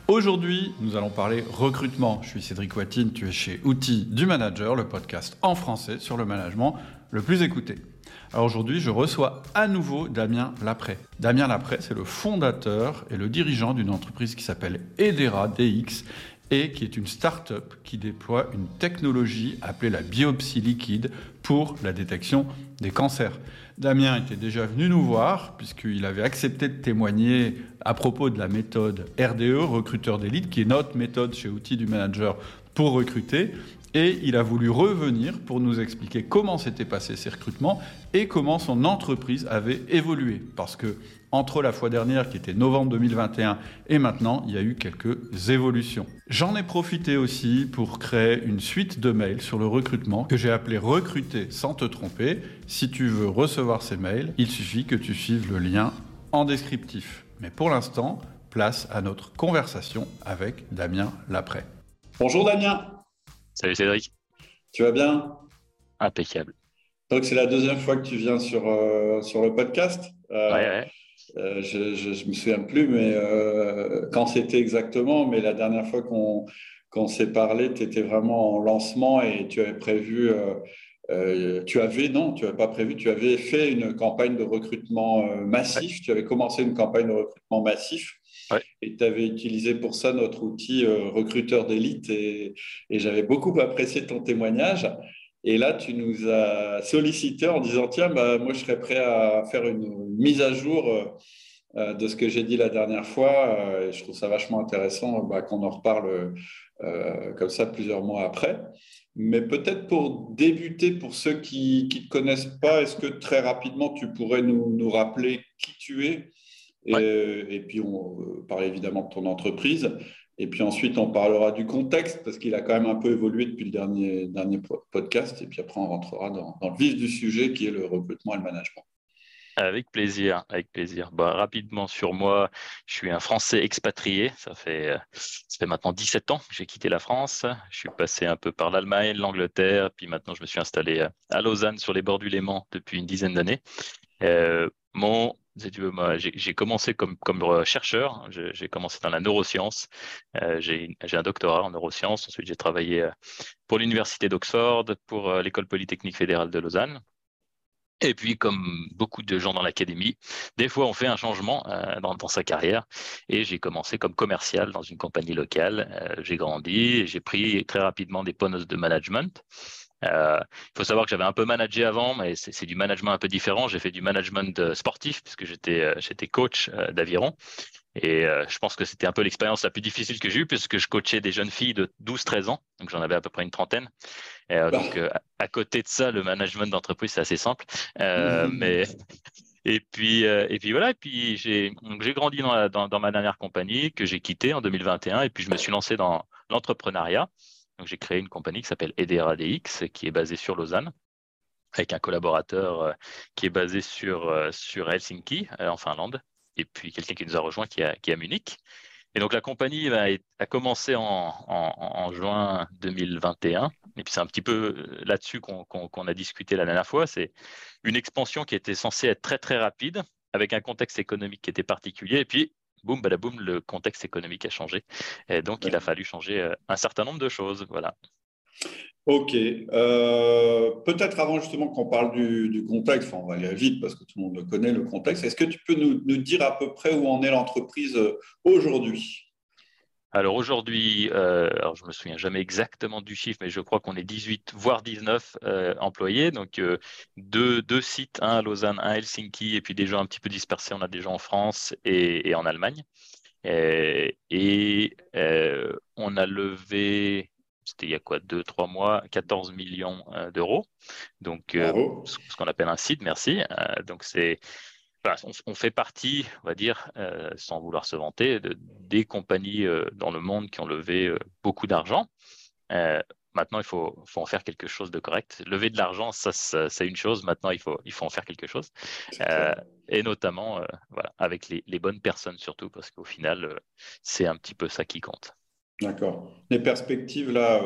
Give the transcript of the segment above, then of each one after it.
Aujourd'hui, nous allons parler recrutement. Je suis Cédric Watine, tu es chez Outils du Manager, le podcast en français sur le management le plus écouté. Alors aujourd'hui, je reçois à nouveau Damien Laprey. Damien Laprey, c'est le fondateur et le dirigeant d'une entreprise qui s'appelle Edera DX et qui est une start-up qui déploie une technologie appelée la biopsie liquide pour la détection des cancers. Damien était déjà venu nous voir puisqu'il avait accepté de témoigner à propos de la méthode RDE, recruteur d'élite, qui est notre méthode chez Outils du Manager pour recruter. Et il a voulu revenir pour nous expliquer comment s'étaient passés ces recrutements et comment son entreprise avait évolué. Parce que entre la fois dernière, qui était novembre 2021, et maintenant, il y a eu quelques évolutions. J'en ai profité aussi pour créer une suite de mails sur le recrutement que j'ai appelé « Recruter sans te tromper ». Si tu veux recevoir ces mails, il suffit que tu suives le lien en descriptif. Mais pour l'instant, place à notre conversation avec Damien Laprey. Bonjour Damien. Salut Cédric. Tu vas bien? Impeccable. Donc c'est la deuxième fois que tu viens sur le podcast. Ouais. Je me souviens plus, mais quand c'était exactement. Mais la dernière fois qu'on s'est parlé, tu étais vraiment en lancement et tu avais prévu. Tu avais pas prévu. Tu avais fait une campagne de recrutement massif. Ouais. Tu avais commencé une campagne de recrutement massif. Ouais. Et tu avais utilisé pour ça notre outil recruteur d'élite et j'avais beaucoup apprécié ton témoignage. Et là, tu nous as sollicité en disant, tiens, moi, je serais prêt à faire une mise à jour de ce que j'ai dit la dernière fois. Et je trouve ça vachement intéressant qu'on en reparle comme ça plusieurs mois après. Mais peut-être pour débuter, pour ceux qui ne te connaissent pas, est-ce que très rapidement, tu pourrais nous rappeler qui tu es? Et puis, on parle évidemment de ton entreprise. Et puis ensuite, on parlera du contexte parce qu'il a quand même un peu évolué depuis le dernier podcast. Et puis après, on rentrera dans le vif du sujet qui est le recrutement et le management. Avec plaisir, avec plaisir. Rapidement sur moi, je suis un Français expatrié. Ça fait maintenant 17 ans que j'ai quitté la France. Je suis passé un peu par l'Allemagne, l'Angleterre, puis maintenant je me suis installé à Lausanne sur les bords du Léman depuis une dizaine d'années. Si tu veux, moi, j'ai commencé comme chercheur. J'ai commencé dans la neuroscience. J'ai un doctorat en neurosciences. Ensuite, j'ai travaillé pour l'université d'Oxford, pour l'école polytechnique fédérale de Lausanne. Et puis, comme beaucoup de gens dans l'académie, des fois, on fait un changement dans sa carrière. Et j'ai commencé comme commercial dans une compagnie locale. J'ai grandi et j'ai pris très rapidement des postes de management. Il faut savoir que j'avais un peu managé avant, mais c'est du management un peu différent. J'ai fait du management sportif puisque j'étais coach d'aviron. Et je pense que c'était un peu l'expérience la plus difficile que j'ai eue puisque je coachais des jeunes filles de 12-13 ans. Donc, j'en avais à peu près une trentaine. Donc, à côté de ça, le management d'entreprise, c'est assez simple. Mais et puis voilà. Et puis j'ai grandi dans ma dernière compagnie que j'ai quittée en 2021. Et puis je me suis lancé dans l'entrepreneuriat. Donc j'ai créé une compagnie qui s'appelle Edera DX, qui est basée sur Lausanne, avec un collaborateur qui est basé sur Helsinki, en Finlande, et puis quelqu'un qui nous a rejoint qui est à Munich. Et donc la compagnie a commencé en juin 2021. Et puis c'est un petit peu là-dessus qu'on a discuté la dernière fois. C'est une expansion qui était censée être très très rapide, avec un contexte économique qui était particulier. Et puis boum, badaboum, le contexte économique a changé. Et donc il a fallu changer un certain nombre de choses. Voilà. Ok. Peut-être avant justement qu'on parle du contexte, on va aller vite parce que tout le monde le connaît, le contexte. Est-ce que tu peux nous dire à peu près où en est l'entreprise aujourd'hui? Alors aujourd'hui, alors je me souviens jamais exactement du chiffre, mais je crois qu'on est 18, voire 19 employés. Donc deux sites, un à Lausanne, un à Helsinki, et puis des gens un petit peu dispersés. On a des gens en France et en Allemagne. On a levé, c'était il y a quoi, 2-3 mois, 14 millions d'euros. Donc Bravo. ce qu'on appelle un seed, merci. Donc voilà, on fait partie, on va dire, sans vouloir se vanter, des compagnies dans le monde qui ont levé beaucoup d'argent. Maintenant, il faut en faire quelque chose de correct. Lever de l'argent, ça, c'est une chose. Maintenant, il faut en faire quelque chose. C'est Euh, clair. et notamment, voilà, avec les bonnes personnes surtout, parce qu'au final, c'est un petit peu ça qui compte. D'accord. Les perspectives là,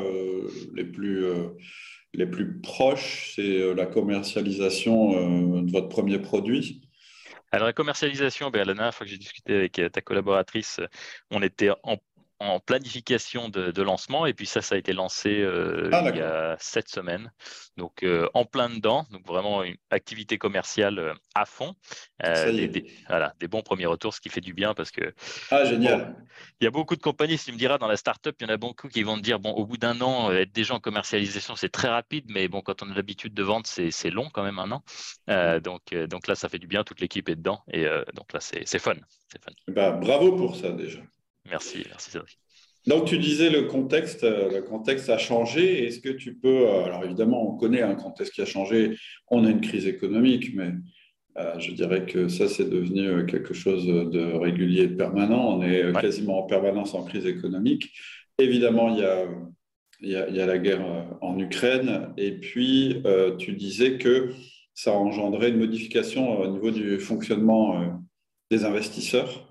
les plus proches, c'est la commercialisation de votre premier produit. Alors, la commercialisation, la dernière fois que j'ai discuté avec ta collaboratrice, on était en planification de lancement. Et puis ça a été lancé il y a 7 semaines. Donc, en plein dedans. Donc, vraiment une activité commerciale à fond. Des bons premiers retours, ce qui fait du bien parce que génial. Il y a beaucoup de compagnies, si tu me diras, dans la startup, il y en a beaucoup qui vont te dire, bon, au bout d'un an, être déjà en commercialisation, c'est très rapide, mais bon, quand on a l'habitude de vendre, c'est long quand même, un an. Donc là, ça fait du bien, toute l'équipe est dedans, et donc là, c'est fun. Bravo pour ça déjà. Merci Cédric. Donc, tu disais le contexte a changé. Est-ce que tu peux… Alors, évidemment, on connaît un contexte qui a changé. On a une crise économique, mais je dirais que ça, c'est devenu quelque chose de régulier et de permanent. On est quasiment en permanence en crise économique. Évidemment, il y a la guerre en Ukraine. Et puis, tu disais que ça a engendré une modification au niveau du fonctionnement des investisseurs.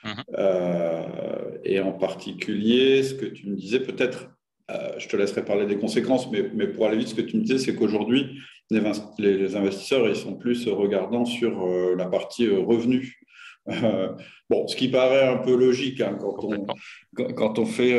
Et en particulier, ce que tu me disais, peut-être, je te laisserai parler des conséquences, mais pour aller vite, ce que tu me disais, c'est qu'aujourd'hui, les investisseurs, ils sont plus regardants sur la partie revenus. Ce qui paraît un peu logique quand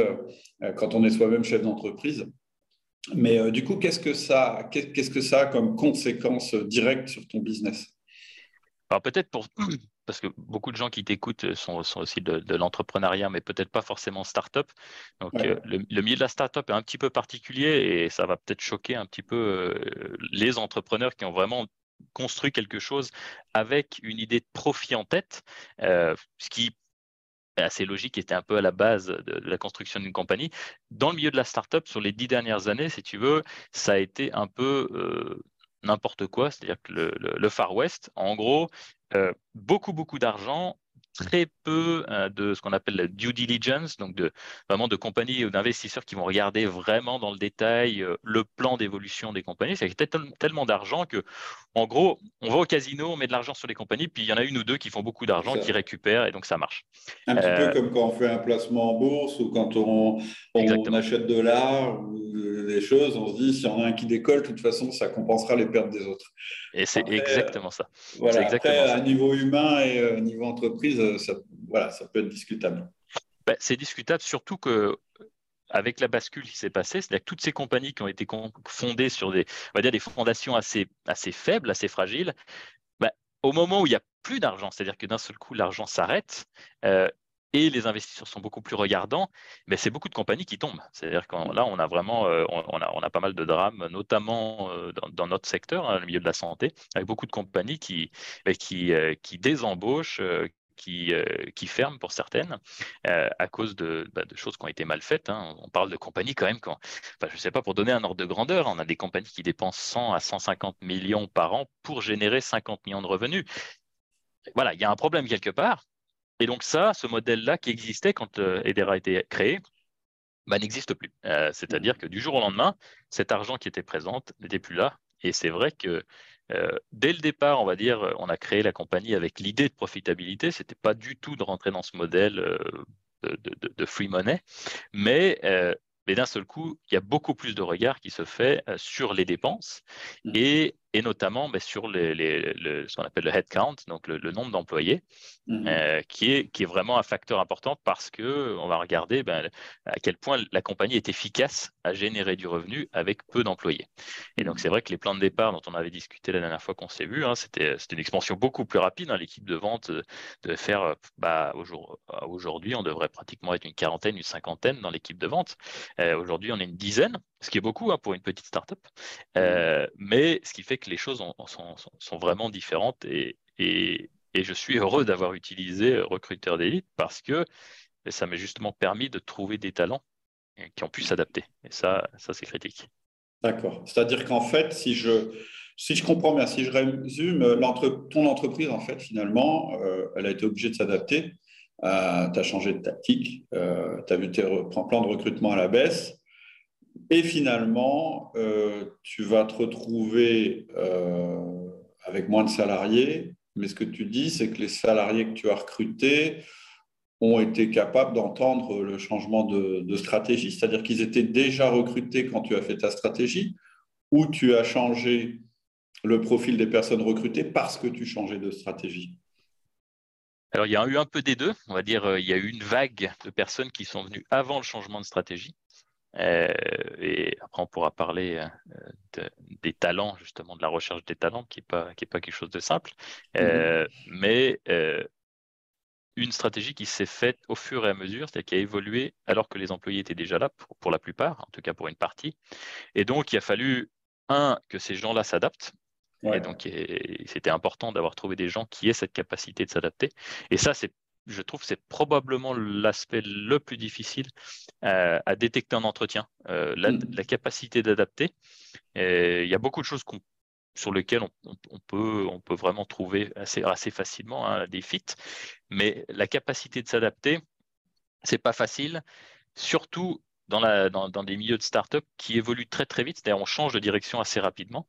on est soi-même chef d'entreprise. Mais du coup, qu'est-ce que ça a comme conséquence directe sur ton business? Alors peut-être parce que beaucoup de gens qui t'écoutent sont aussi de l'entrepreneuriat, mais peut-être pas forcément start-up. Donc le milieu de la start-up est un petit peu particulier et ça va peut-être choquer un petit peu les entrepreneurs qui ont vraiment construit quelque chose avec une idée de profit en tête, ce qui est assez logique, était un peu à la base de la construction d'une compagnie. Dans le milieu de la start-up, sur les 10 dernières années, si tu veux, ça a été un peu n'importe quoi, c'est-à-dire que le Far West, en gros, beaucoup d'argent, très peu de ce qu'on appelle la due diligence, donc vraiment de compagnies ou d'investisseurs qui vont regarder vraiment dans le détail le plan d'évolution des compagnies. C'est tellement d'argent que, en gros, on va au casino, on met de l'argent sur les compagnies, puis il y en a une ou deux qui font beaucoup d'argent, qui récupèrent, et donc ça marche. Un petit peu comme quand on fait un placement en bourse ou quand on achète de l'art ou des choses, on se dit, s'il y en a un qui décolle, de toute façon, ça compensera les pertes des autres. Et c'est exactement ça. Voilà. Après, à niveau humain et à niveau entreprise, ça peut être discutable. C'est discutable, surtout que avec la bascule qui s'est passée, c'est-à-dire que toutes ces compagnies qui ont été fondées sur des fondations assez faibles, assez fragiles, au moment où il n'y a plus d'argent, c'est-à-dire que d'un seul coup, l'argent s'arrête et les investisseurs sont beaucoup plus regardants, mais c'est beaucoup de compagnies qui tombent. C'est-à-dire que là, on a vraiment on a pas mal de drames, notamment dans notre secteur, le milieu de la santé, avec beaucoup de compagnies qui désembauchent, qui ferment pour certaines à cause de choses qui ont été mal faites. On parle de compagnies quand même, je ne sais pas, pour donner un ordre de grandeur, on a des compagnies qui dépensent 100 à 150 millions par an pour générer 50 millions de revenus. Voilà, il y a un problème quelque part. Et donc ce modèle-là qui existait quand Hedera a été créé, n'existe plus. C'est-à-dire que du jour au lendemain, cet argent qui était présent n'était plus là. Et c'est vrai que dès le départ, on va dire, on a créé la compagnie avec l'idée de profitabilité. Ce n'était pas du tout de rentrer dans ce modèle de free money. Mais d'un seul coup, il y a beaucoup plus de regard qui se fait sur les dépenses et notamment sur ce qu'on appelle le headcount, donc le nombre d'employés, qui est vraiment un facteur important parce qu'on va regarder à quel point la compagnie est efficace à générer du revenu avec peu d'employés. Et donc, c'est vrai que les plans de départ dont on avait discuté la dernière fois qu'on s'est vu, c'était une expansion beaucoup plus rapide. L'équipe de vente devait faire, aujourd'hui, on devrait pratiquement être une quarantaine, une cinquantaine dans l'équipe de vente. Aujourd'hui, on est une dizaine, ce qui est beaucoup pour une petite start-up. Mais ce qui fait que les choses sont vraiment différentes et je suis heureux d'avoir utilisé Recruteur d'élite parce que ça m'a justement permis de trouver des talents qui ont pu s'adapter. Et ça c'est critique. D'accord. C'est-à-dire qu'en fait, si je comprends bien, si je résume, ton entreprise, en fait, finalement, elle a été obligée de s'adapter. Tu as changé de tactique, tu as vu tes plans de recrutement à la baisse. Et finalement, tu vas te retrouver avec moins de salariés. Mais ce que tu dis, c'est que les salariés que tu as recrutés ont été capables d'entendre le changement de stratégie, c'est-à-dire qu'ils étaient déjà recrutés quand tu as fait ta stratégie, ou tu as changé le profil des personnes recrutées parce que tu changeais de stratégie? Alors, il y a eu un peu des deux. On va dire, il y a eu une vague de personnes qui sont venues avant le changement de stratégie. Et après, on pourra parler des talents, justement, de la recherche des talents, qui est pas quelque chose de simple. Mais une stratégie qui s'est faite au fur et à mesure, c'est-à-dire qui a évolué alors que les employés étaient déjà là, pour la plupart, en tout cas pour une partie. Et donc, il a fallu, que ces gens-là s'adaptent. Et Ouais. donc, c'était important d'avoir trouvé des gens qui aient cette capacité de s'adapter. Et ça, je trouve que c'est probablement l'aspect le plus difficile à détecter en entretien, la capacité d'adapter. Il y a beaucoup de choses sur lesquelles on peut vraiment trouver assez facilement, hein, des fits, mais la capacité de s'adapter, c'est pas facile, surtout dans des milieux de start-up qui évoluent très très vite. C'est-à-dire on change de direction assez rapidement.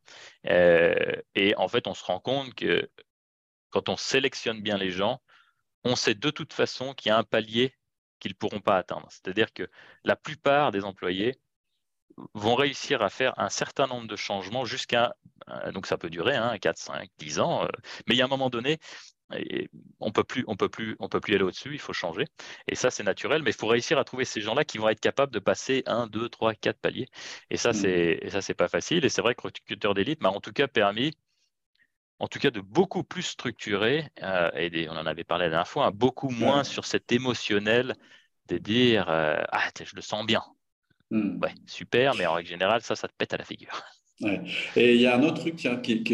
Et en fait, on se rend compte que quand on sélectionne bien les gens, on sait de toute façon qu'il y a un palier qu'ils ne pourront pas atteindre. C'est-à-dire que la plupart des employés vont réussir à faire un certain nombre de changements donc ça peut durer, 4, 5, 10 ans, mais il y a un moment donné, et on peut plus aller au-dessus, il faut changer. Et ça, c'est naturel, mais il faut réussir à trouver ces gens-là qui vont être capables de passer 1, 2, 3, 4 paliers. Et ça, c'est pas facile. Et c'est vrai que Recruteur d'élite m'a en tout cas permis, en tout cas, de beaucoup plus structurer, on en avait parlé la dernière fois, beaucoup moins sur cet émotionnel de dire ah, je le sens bien. Ouais, super, mais en règle générale, ça te pète à la figure. Ouais. Et il y a un autre truc, tiens,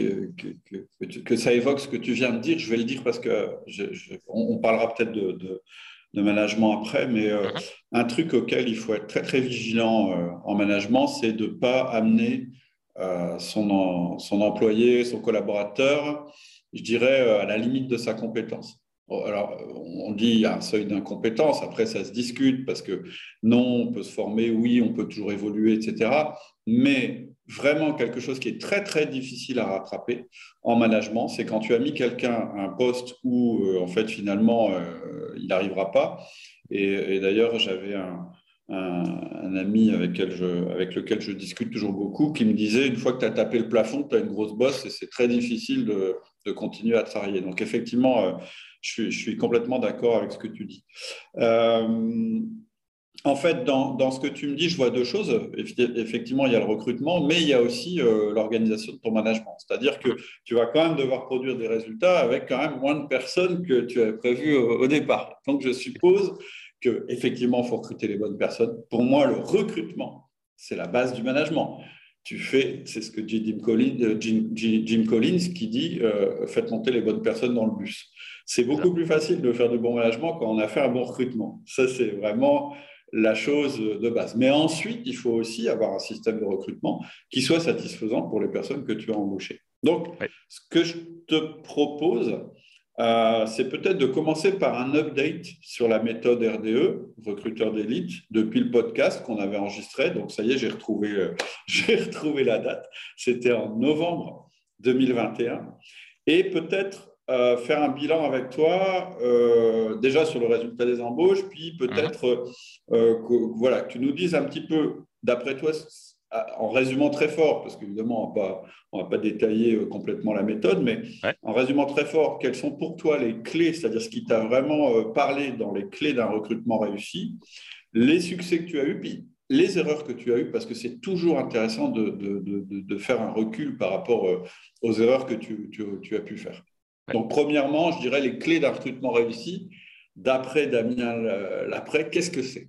que ça évoque ce que tu viens de dire. Je vais le dire parce que on parlera peut-être de management après, mais un truc auquel il faut être très très vigilant en management, c'est de ne pas amener son employé, son collaborateur, je dirais, à la limite de sa compétence. Alors, on dit qu'il y a un seuil d'incompétence, après ça se discute parce que non, on peut se former, oui, on peut toujours évoluer, etc. Mais vraiment quelque chose qui est très très difficile à rattraper en management, c'est quand tu as mis quelqu'un à un poste où en fait finalement il n'arrivera pas. Et d'ailleurs, j'avais un ami avec lequel je discute toujours beaucoup, qui me disait, une fois que tu as tapé le plafond, tu as une grosse bosse et c'est très difficile de continuer à travailler. Donc effectivement, je suis complètement d'accord avec ce que tu dis. En fait, dans ce que tu me dis, je vois deux choses. Effectivement, il y a le recrutement, mais il y a aussi l'organisation de ton management. C'est-à-dire que tu vas quand même devoir produire des résultats avec quand même moins de personnes que tu avais prévu au départ. Donc, je suppose qu'effectivement, il faut recruter les bonnes personnes. Pour moi, le recrutement, c'est la base du management. C'est ce que dit Jim Collins qui dit faites monter les bonnes personnes dans le bus. C'est beaucoup plus facile de faire du bon management quand on a fait un bon recrutement. Ça, c'est vraiment la chose de base. Mais ensuite, il faut aussi avoir un système de recrutement qui soit satisfaisant pour les personnes que tu as embauchées. Donc, ce que je te propose, c'est peut-être de commencer par un update sur la méthode RDE, recruteur d'élite, depuis le podcast qu'on avait enregistré. Donc, ça y est, j'ai retrouvé la date. C'était en novembre 2021. Et peut-être faire un bilan avec toi, déjà sur le résultat des embauches, puis peut-être que tu nous dises un petit peu, d'après toi, en résumant très fort, parce qu'évidemment, on ne va pas détailler complètement la méthode, mais en résumant très fort, quelles sont pour toi les clés, c'est-à-dire ce qui t'a vraiment parlé dans les clés d'un recrutement réussi, les succès que tu as eus, puis les erreurs que tu as eues, parce que c'est toujours intéressant de faire un recul par rapport aux erreurs que tu as pu faire. Donc, premièrement, je dirais les clés d'un recrutement réussi. D'après Damien Lapré, qu'est-ce que c'est?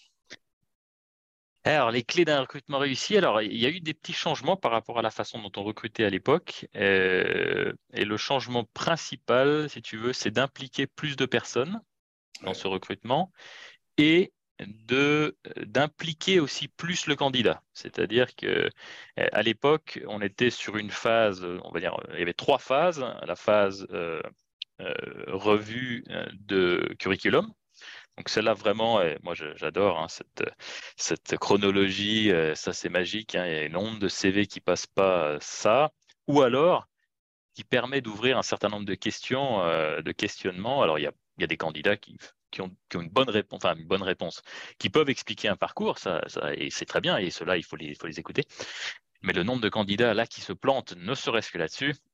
Alors, les clés d'un recrutement réussi, alors il y a eu des petits changements par rapport à la façon dont on recrutait à l'époque. Et le changement principal, si tu veux, c'est d'impliquer plus de personnes dans ce recrutement et d'impliquer aussi plus le candidat. C'est-à-dire qu'à l'époque, on était sur une phase, on va dire, il y avait 3 phases. La phase revue de curriculum. Donc celle-là vraiment, moi j'adore cette chronologie, ça c'est magique, il y a une onde de CV qui passe pas ça, ou alors qui permet d'ouvrir un certain nombre de questions, de questionnements. Alors il y a des candidats qui ont une bonne réponse, qui peuvent expliquer un parcours, et c'est très bien, et ceux-là il faut les écouter. Mais le nombre de candidats là qui se plantent, ne serait-ce que là-dessus,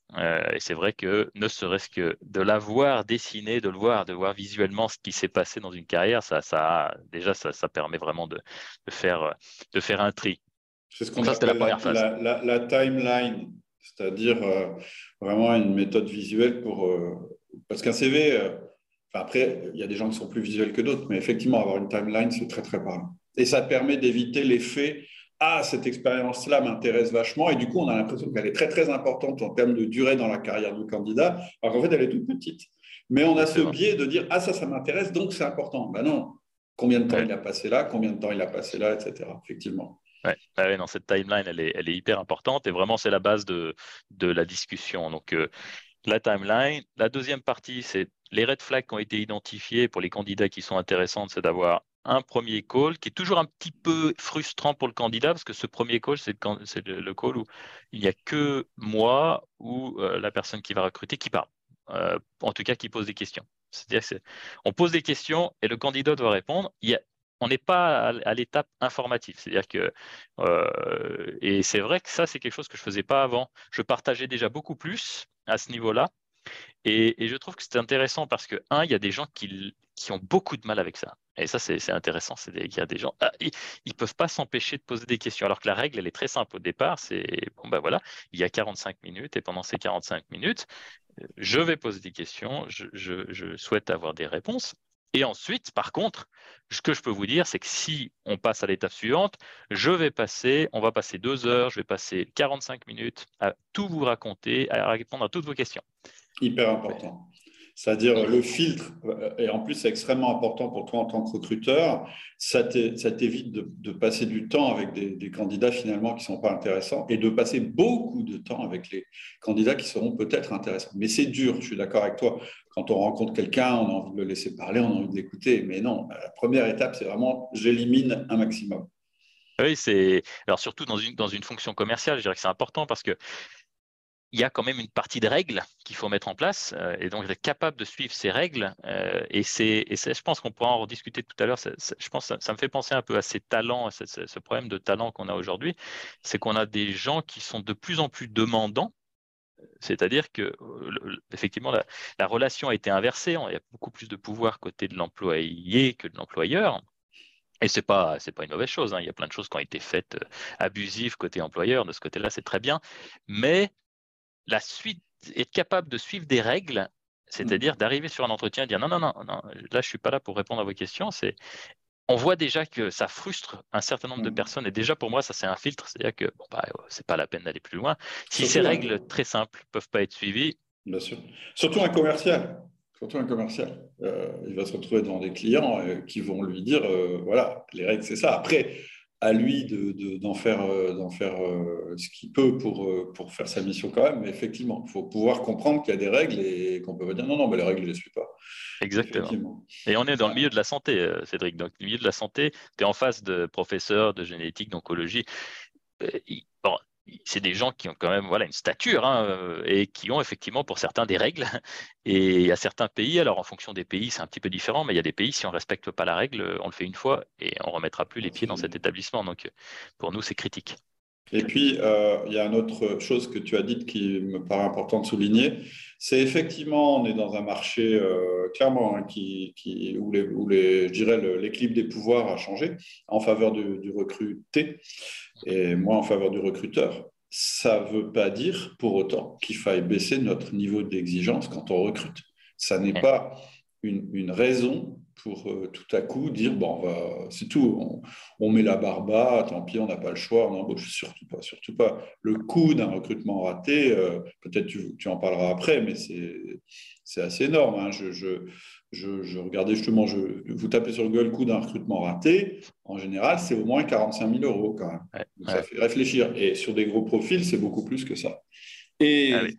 Et c'est vrai que ne serait-ce que de l'avoir dessiné, de voir visuellement ce qui s'est passé dans une carrière, déjà, ça permet vraiment de faire un tri. C'est ce qu'on Donc ça, c'était la appelle première phase. la timeline, c'est-à-dire vraiment une méthode visuelle parce qu'un CV, enfin après, il y a des gens qui sont plus visuels que d'autres, mais effectivement, avoir une timeline, c'est très, très parlant. Et ça permet d'éviter l'effet, ah, cette expérience-là m'intéresse vachement, et du coup, on a l'impression qu'elle est très, très importante en termes de durée dans la carrière du candidat, alors qu'en fait, elle est toute petite. Mais on a ce Exactement. biais de dire, ah, ça m'intéresse, donc c'est important. Ben non, combien de temps Ouais. il a passé là, combien de temps il a passé là, etc. Effectivement. Ouais. Ah ouais, non, cette timeline, elle est hyper importante et vraiment, c'est la base de la discussion. Donc, la timeline. La deuxième partie, c'est les red flags qui ont été identifiés pour les candidats qui sont intéressants, c'est d'avoir un premier call qui est toujours un petit peu frustrant pour le candidat parce que ce premier call, c'est le call où il n'y a que moi ou la personne qui va recruter qui parle. En tout cas, qui pose des questions. C'est-à-dire on pose des questions et le candidat doit répondre. On n'est pas à l'étape informative. C'est-à-dire que, et c'est vrai que ça, c'est quelque chose que je faisais pas avant. Je partageais déjà beaucoup plus à ce niveau-là. Et je trouve que c'est intéressant parce que, il y a des gens qui ont beaucoup de mal avec ça. Et ça, c'est intéressant. Il y a des gens, ils peuvent pas s'empêcher de poser des questions. Alors que la règle, elle est très simple au départ. C'est, bon, ben voilà, il y a 45 minutes et pendant ces 45 minutes, je vais poser des questions, je souhaite avoir des réponses. Et ensuite, par contre, ce que je peux vous dire, c'est que si on passe à l'étape suivante, on va passer 2 heures, je vais passer 45 minutes à tout vous raconter, à répondre à toutes vos questions. Hyper important. C'est-à-dire le filtre, et en plus c'est extrêmement important pour toi en tant que recruteur, ça t'évite de passer du temps avec des candidats finalement qui ne sont pas intéressants et de passer beaucoup de temps avec les candidats qui seront peut-être intéressants. Mais c'est dur, je suis d'accord avec toi. Quand on rencontre quelqu'un, on a envie de le laisser parler, on a envie de l'écouter. Mais non, la première étape, c'est vraiment j'élimine un maximum. Oui, alors surtout dans une fonction commerciale, je dirais que c'est important parce que il y a quand même une partie de règles qu'il faut mettre en place et donc être capable de suivre ces règles. Je pense qu'on pourra en rediscuter tout à l'heure. Je pense que ça me fait penser un peu à ces talents, ce problème de talent qu'on a aujourd'hui. C'est qu'on a des gens qui sont de plus en plus demandants. C'est-à-dire que, effectivement, la relation a été inversée. Il y a beaucoup plus de pouvoir côté de l'employé que de l'employeur. Et c'est pas une mauvaise chose, hein. Il y a plein de choses qui ont été faites abusives côté employeur. De ce côté-là, c'est très bien. Mais la suite, être capable de suivre des règles, c'est-à-dire d'arriver sur un entretien et dire non, non, non, non, là, je suis pas là pour répondre à vos questions. On voit déjà que ça frustre un certain nombre de personnes. Et déjà, pour moi, ça, c'est un filtre. C'est-à-dire que bon, c'est pas la peine d'aller plus loin. Si ces Surtout, règles très simples peuvent pas être suivies, bien sûr. Surtout un commercial. Surtout un commercial. Il va se retrouver devant des clients qui vont lui dire voilà, les règles, c'est ça. Après, à lui d'en faire, ce qu'il peut pour faire sa mission quand même. Mais effectivement, il faut pouvoir comprendre qu'il y a des règles et qu'on peut pas dire non, non, mais les règles, je ne les suis pas. exactement. Effectivement. Et on est dans le milieu de la santé, Cédric. Donc, le milieu de la santé, tu es en face de professeurs de génétique, d'oncologie. Bon, c'est des gens qui ont quand même voilà, une stature hein, et qui ont effectivement pour certains des règles. Et il y a certains pays, alors en fonction des pays, c'est un petit peu différent, mais il y a des pays, si on ne respecte pas la règle, on le fait une fois et on ne remettra plus les pieds dans cet établissement. Donc pour nous, c'est critique. Et puis, il y a une autre chose que tu as dite qui me paraît important de souligner, c'est effectivement, on est dans un marché clairement hein, je dirais l'équilibre des pouvoirs a changé en faveur du recruté et moins en faveur du recruteur. Ça ne veut pas dire pour autant qu'il faille baisser notre niveau d'exigence quand on recrute. Ça n'est pas une raison pour tout à coup dire bon, c'est tout, on met la barre bas, tant pis, on n'a pas le choix, on embauche surtout pas, surtout pas. Le coût d'un recrutement raté, peut-être tu en parleras après, mais c'est assez énorme. Hein. Je regardais justement, vous tapez sur Google coût d'un recrutement raté, en général, c'est au moins 45 000 euros quand même. Ouais, Donc ça ouais. fait réfléchir. Et sur des gros profils, c'est beaucoup plus que ça. Ah Et oui.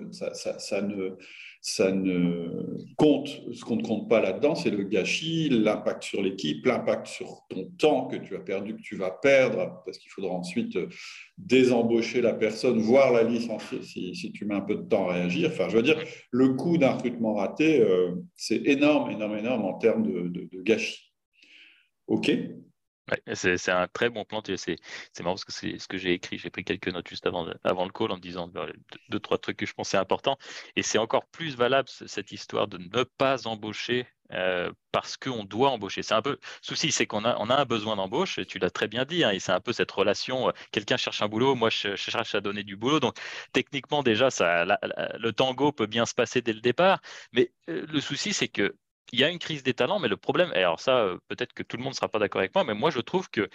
ça ne compte, ce qu'on ne compte pas là-dedans, c'est le gâchis, l'impact sur l'équipe, l'impact sur ton temps que tu as perdu, que tu vas perdre, parce qu'il faudra ensuite désembaucher la personne, voire la licencier si tu mets un peu de temps à réagir. Enfin, je veux dire, le coût d'un recrutement raté, c'est énorme, énorme, énorme en termes de gâchis. OK. Ouais, c'est un très bon plan. C'est marrant parce que c'est ce que j'ai écrit. J'ai pris quelques notes juste avant le call en me disant deux, trois trucs que je pensais importants. Et c'est encore plus valable cette histoire de ne pas embaucher parce qu'on doit embaucher. C'est un peu le souci, c'est qu'on a un besoin d'embauche. Et tu l'as très bien dit. Hein, et c'est un peu cette relation. Quelqu'un cherche un boulot, moi je cherche à donner du boulot. Donc techniquement déjà, le tango peut bien se passer dès le départ. Mais le souci, c'est que il y a une crise des talents, mais le problème, et alors ça, peut-être que tout le monde ne sera pas d'accord avec moi, mais moi je trouve que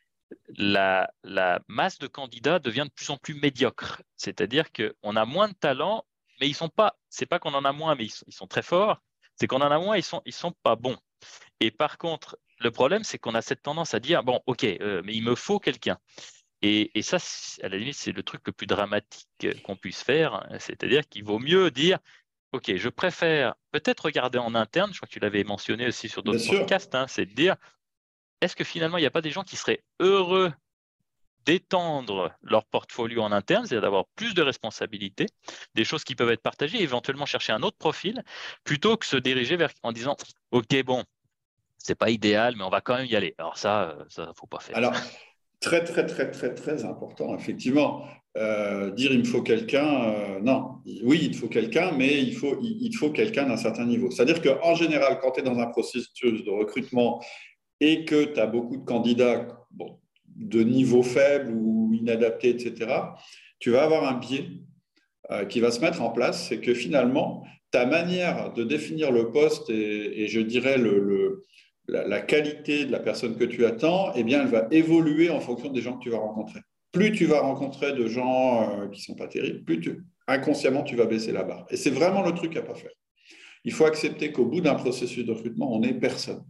la masse de candidats devient de plus en plus médiocre. C'est-à-dire qu'on a moins de talents, mais ils sont pas, c'est pas qu'on en a moins, mais ils sont très forts, c'est qu'on en a moins, ils sont pas bons. Et par contre, le problème, c'est qu'on a cette tendance à dire, bon, ok, mais il me faut quelqu'un. Et ça, à la limite, c'est le truc le plus dramatique qu'on puisse faire. Hein. C'est-à-dire qu'il vaut mieux dire, ok, je préfère peut-être regarder en interne, je crois que tu l'avais mentionné aussi sur Bien d'autres sûr. podcasts, hein, c'est de dire, est-ce que finalement, il n'y a pas des gens qui seraient heureux d'étendre leur portfolio en interne, c'est-à-dire d'avoir plus de responsabilités, des choses qui peuvent être partagées, et éventuellement chercher un autre profil, plutôt que se diriger vers en disant, ok, bon, c'est pas idéal, mais on va quand même y aller. Alors ça, faut pas faire ça. Alors, très, très, très, très, très important, effectivement. Dire il me faut quelqu'un, non. Oui, il te faut quelqu'un, mais il te faut quelqu'un d'un certain niveau. C'est-à-dire qu'en général, quand tu es dans un processus de recrutement et que tu as beaucoup de candidats bon, de niveau faible ou inadaptés, etc., tu vas avoir un biais qui va se mettre en place. C'est que finalement, ta manière de définir le poste et je dirais la qualité de la personne que tu attends, eh bien, elle va évoluer en fonction des gens que tu vas rencontrer. Plus tu vas rencontrer de gens qui ne sont pas terribles, inconsciemment, tu vas baisser la barre. Et c'est vraiment le truc à ne pas faire. Il faut accepter qu'au bout d'un processus de recrutement, on n'est personne.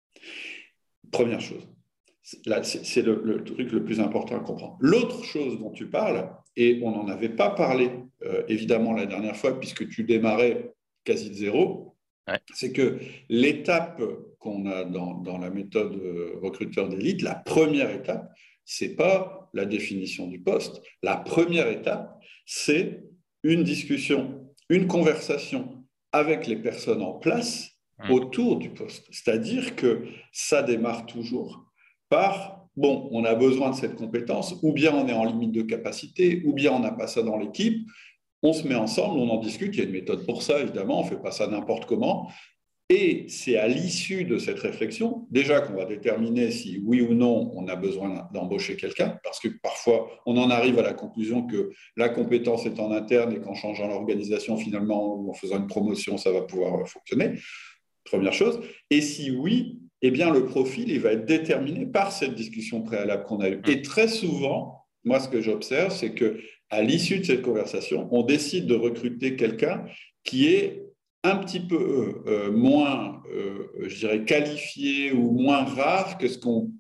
Première chose. Là, c'est le truc le plus important à comprendre. L'autre chose dont tu parles, et on n'en avait pas parlé évidemment la dernière fois, puisque tu démarrais quasi de zéro, Ouais. c'est que l'étape qu'on a dans la méthode recruteur d'élite, la première étape, c'est pas la définition du poste. La première étape, c'est une discussion, une conversation avec les personnes en place Mm. autour du poste. C'est-à-dire que ça démarre toujours par, bon, on a besoin de cette compétence, ou bien on est en limite de capacité, ou bien on n'a pas ça dans l'équipe, on se met ensemble, on en discute, il y a une méthode pour ça, évidemment, on ne fait pas ça n'importe comment, et c'est à l'issue de cette réflexion, déjà qu'on va déterminer si oui ou non on a besoin d'embaucher quelqu'un, parce que parfois on en arrive à la conclusion que la compétence est en interne et qu'en changeant l'organisation finalement ou en faisant une promotion, ça va pouvoir fonctionner. Première chose. Et si oui, eh bien le profil il va être déterminé par cette discussion préalable qu'on a eue. Mm. Et très souvent, moi ce que j'observe, c'est que à l'issue de cette conversation, on décide de recruter quelqu'un qui est un petit peu moins, je dirais, qualifié ou moins rare que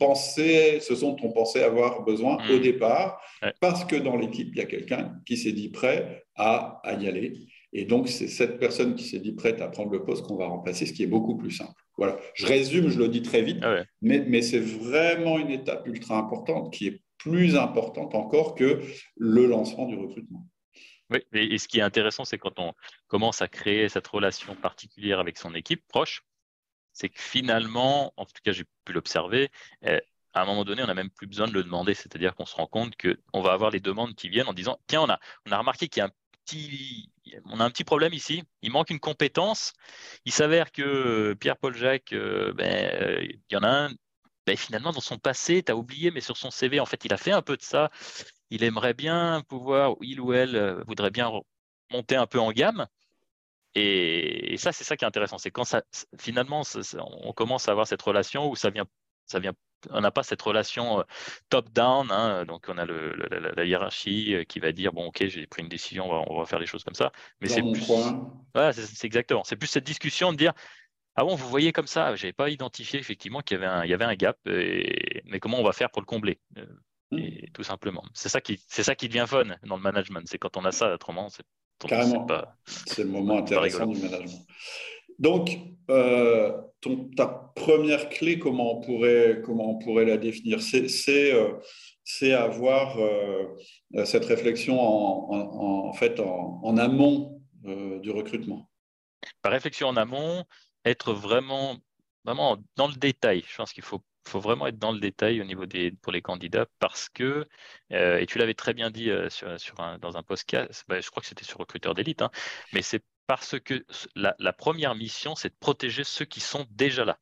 ce dont on pensait avoir besoin au Mm. départ, Ouais. parce que dans l'équipe, il y a quelqu'un qui s'est dit prêt à y aller. Et donc, c'est cette personne qui s'est dit prête à prendre le poste qu'on va remplacer, ce qui est beaucoup plus simple. Voilà. Je résume, je le dis très vite, Ah ouais. mais c'est vraiment une étape ultra importante qui est plus importante encore que le lancement du recrutement. Oui, et ce qui est intéressant, c'est quand on commence à créer cette relation particulière avec son équipe proche, c'est que finalement, en tout cas j'ai pu l'observer, à un moment donné, on n'a même plus besoin de le demander, c'est-à-dire qu'on se rend compte qu'on va avoir les demandes qui viennent en disant, tiens, on a remarqué qu'il y a on a un petit problème ici, il manque une compétence, il s'avère que Pierre-Paul Jacques, il y en a un, finalement dans son passé, tu as oublié, mais sur son CV, en fait, il a fait un peu de ça, il aimerait bien pouvoir, il ou elle voudrait bien monter un peu en gamme. Et ça, c'est ça qui est intéressant. C'est quand finalement, on commence à avoir cette relation où on n'a pas cette relation top-down. Hein, donc, on a la hiérarchie qui va dire, bon, OK, j'ai pris une décision, on va faire les choses comme ça. Mais Dans c'est mon plus, coin, voilà, c'est exactement. C'est plus cette discussion de dire, ah bon, vous voyez comme ça, j'avais pas identifié effectivement il y avait un gap, mais comment on va faire pour le combler? Et tout simplement. C'est ça qui devient fun dans le management. C'est quand on a ça, autrement, carrément, c'est le moment c'est pas intéressant rigolo. du management. Donc, ta première clé, comment on pourrait la définir? C'est avoir cette réflexion en fait en amont du recrutement. Par réflexion en amont, être vraiment, vraiment dans le détail. Je pense qu'il faut faut vraiment être dans le détail au niveau pour les candidats parce que, et tu l'avais très bien dit dans un podcast, je crois que c'était sur Recruteur d'élite, hein, mais c'est parce que la première mission, c'est de protéger ceux qui sont déjà là.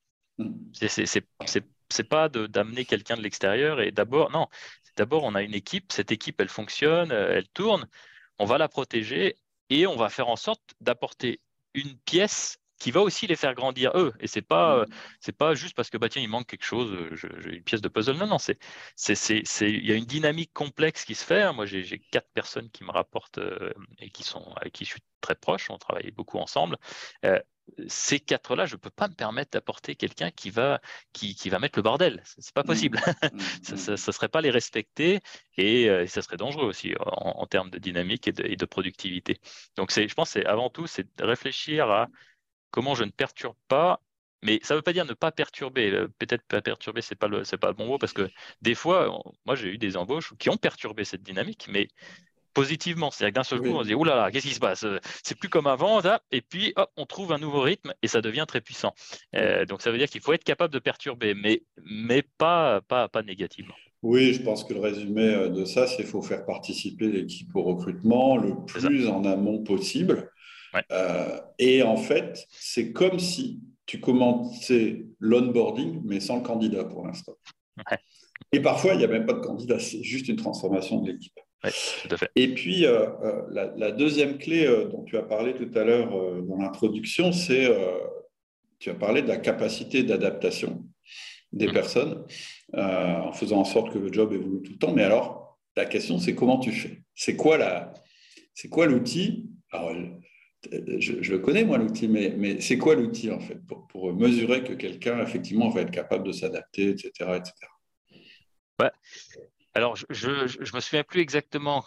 C'est pas d'amener quelqu'un de l'extérieur et non, d'abord on a une équipe, cette équipe elle fonctionne, elle tourne, on va la protéger et on va faire en sorte d'apporter une pièce qui va aussi les faire grandir eux. Et c'est pas juste parce que tiens il manque quelque chose, j'ai une pièce de puzzle. Non non, il y a une dynamique complexe qui se fait, hein. Moi j'ai 4 personnes qui me rapportent et avec qui je suis très proche, on travaille beaucoup ensemble. Ces 4-là, je ne peux pas me permettre d'apporter quelqu'un qui va mettre le bordel. C'est pas possible. Ça ne serait pas les respecter et ça serait dangereux aussi en termes de dynamique et de productivité. Donc, je pense que avant tout, c'est de réfléchir à comment je ne perturbe pas. Mais ça ne veut pas dire ne pas perturber. Peut-être pas perturber, c'est pas le bon mot parce que des fois, moi, j'ai eu des embauches qui ont perturbé cette dynamique, mais positivement. C'est-à-dire que d'un seul coup, on se dit, ouh là là, qu'est-ce qui se passe? C'est plus comme avant, ça. Et puis, hop, on trouve un nouveau rythme et ça devient très puissant. Donc, ça veut dire qu'il faut être capable de perturber, mais pas négativement. Oui, je pense que le résumé de ça, c'est qu'il faut faire participer l'équipe au recrutement le C'est ça. plus en amont possible. Ouais. Et en fait, c'est comme si tu commençais l'onboarding, mais sans le candidat pour l'instant. Ouais. Et parfois, il n'y a même pas de candidat, c'est juste une transformation de l'équipe. Oui, tout à fait. Et puis, la deuxième clé dont tu as parlé tout à l'heure dans l'introduction, c'est tu as parlé de la capacité d'adaptation des personnes en faisant en sorte que le job évolue tout le temps. Mais alors, la question, c'est comment tu fais? C'est quoi l'outil? Alors, je le connais, moi, l'outil, mais c'est quoi l'outil, en fait, pour mesurer que quelqu'un, effectivement, va être capable de s'adapter, etc., etc. Ouais. Alors, je me souviens plus exactement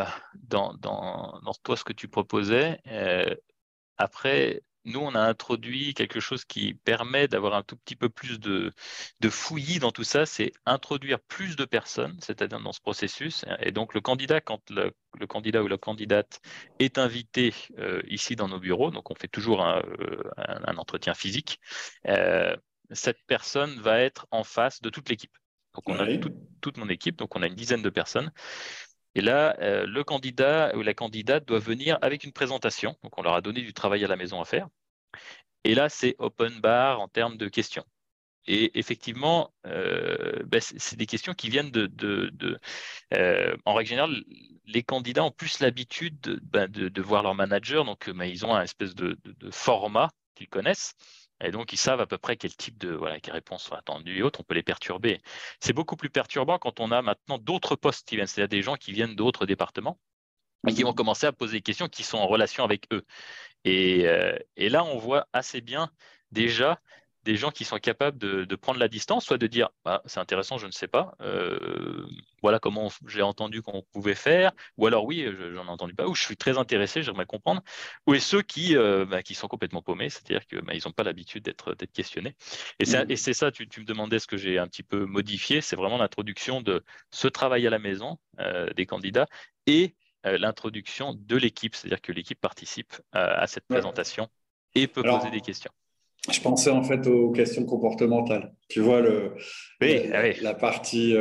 dans toi ce que tu proposais. Après, nous, on a introduit quelque chose qui permet d'avoir un tout petit peu plus de fouillis dans tout ça, c'est introduire plus de personnes, c'est-à-dire dans ce processus. Et donc, le candidat, quand le candidat ou la candidate est invité ici dans nos bureaux, donc on fait toujours un entretien physique, cette personne va être en face de toute l'équipe. Donc, on a Oui. toute mon équipe, donc on a une dizaine de personnes. Et là, le candidat ou la candidate doit venir avec une présentation. Donc, on leur a donné du travail à la maison à faire. Et là, c'est open bar en termes de questions. Et effectivement, c'est des questions qui viennent en règle générale, les candidats ont plus l'habitude de voir leur manager. Donc, ils ont un espèce de format qu'ils connaissent. Et donc, ils savent à peu près quel type quelles réponses sont attendues et autres. On peut les perturber. C'est beaucoup plus perturbant quand on a maintenant d'autres postes qui viennent, c'est-à-dire des gens qui viennent d'autres départements et qui vont commencer à poser des questions qui sont en relation avec eux. Et là, on voit assez bien déjà des gens qui sont capables de prendre la distance, soit de dire c'est intéressant, je ne sais pas, voilà comment j'ai entendu qu'on pouvait faire, ou alors oui, j'en ai entendu pas, ou je suis très intéressé, j'aimerais comprendre, ou et ceux qui sont complètement paumés, c'est-à-dire que ils n'ont pas l'habitude d'être questionnés. Et c'est ça, tu me demandais ce que j'ai un petit peu modifié, c'est vraiment l'introduction de ce travail à la maison des candidats et l'introduction de l'équipe, c'est-à-dire que l'équipe participe à cette présentation et peut poser des questions. Je pensais en fait aux questions comportementales. Tu vois, la partie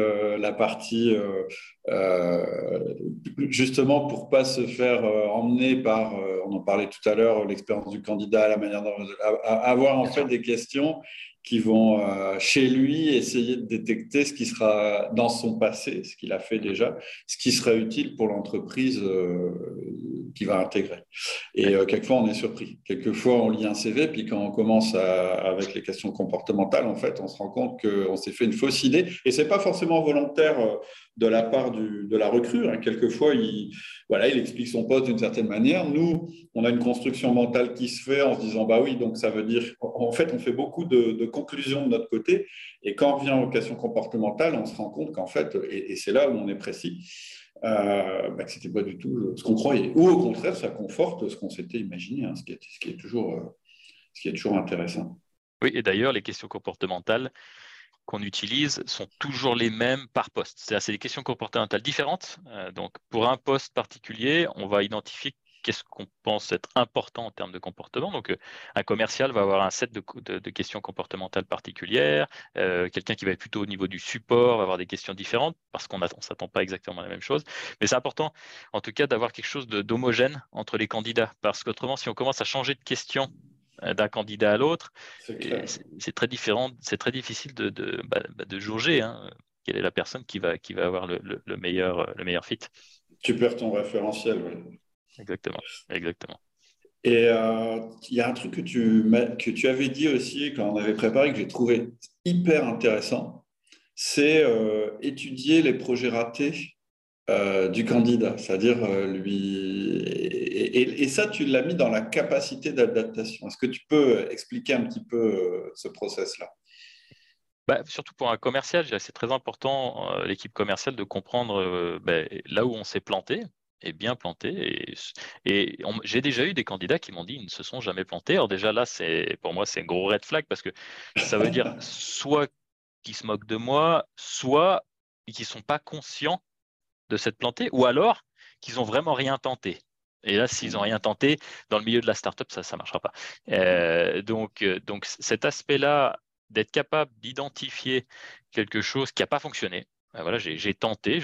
justement pour pas se faire emmener par, on en parlait tout à l'heure, l'expérience du candidat, la manière avoir en fait des questions qui vont chez lui essayer de détecter ce qui sera dans son passé, ce qu'il a fait déjà, ce qui sera utile pour l'entreprise qu'il va intégrer. Et quelquefois, on est surpris. Quelquefois, on lit un CV, puis quand on commence avec les questions comportementales, en fait, on se rend compte qu'on s'est fait une fausse idée. Et ce n'est pas forcément volontaire de la part de la recrue. Hein. Quelquefois, il explique son poste d'une certaine manière. Nous, on a une construction mentale qui se fait en se disant, bah oui, donc ça veut dire… En fait, on fait beaucoup de conclusions de notre côté. Et quand on revient aux questions comportementales, on se rend compte qu'en fait, et c'est là où on est précis, que ce n'était pas du tout ce qu'on croyait. Ou au contraire, ça conforte ce qu'on s'était imaginé, hein, ce qui est toujours intéressant. Oui, et d'ailleurs, les questions comportementales qu'on utilise sont toujours les mêmes par poste. C'est-à-dire c'est des questions comportementales différentes. Donc, pour un poste particulier, on va identifier qu'est-ce qu'on pense être important en termes de comportement. Donc, un commercial va avoir un set de questions comportementales particulières. Quelqu'un qui va être plutôt au niveau du support va avoir des questions différentes parce qu'on ne s'attend pas exactement à la même chose. Mais c'est important, en tout cas, d'avoir quelque chose d'homogène entre les candidats. Parce qu'autrement, si on commence à changer de questions d'un candidat à l'autre, C'est clair. c'est très différent, c'est très difficile de jauger hein, quelle est la personne qui va avoir le meilleur fit. Tu perds ton référentiel. Ouais. Exactement, exactement. Et il y a un truc que tu avais dit aussi quand on avait préparé, que j'ai trouvé hyper intéressant, c'est étudier les projets ratés du candidat, c'est-à-dire et ça, tu l'as mis dans la capacité d'adaptation. Est-ce que tu peux expliquer un petit peu ce process-là? Surtout pour un commercial, c'est très important, l'équipe commerciale, de comprendre là où on s'est planté, et bien planté. J'ai déjà eu des candidats qui m'ont dit qu'ils ne se sont jamais plantés. Alors déjà là, pour moi, c'est un gros red flag parce que ça veut dire soit qu'ils se moquent de moi, soit qu'ils ne sont pas conscients de s'être plantés, ou alors qu'ils n'ont vraiment rien tenté. Et là, s'ils n'ont rien tenté, dans le milieu de la startup, ça ne marchera pas. Donc, cet aspect-là, d'être capable d'identifier quelque chose qui n'a pas fonctionné. Voilà, j'ai tenté,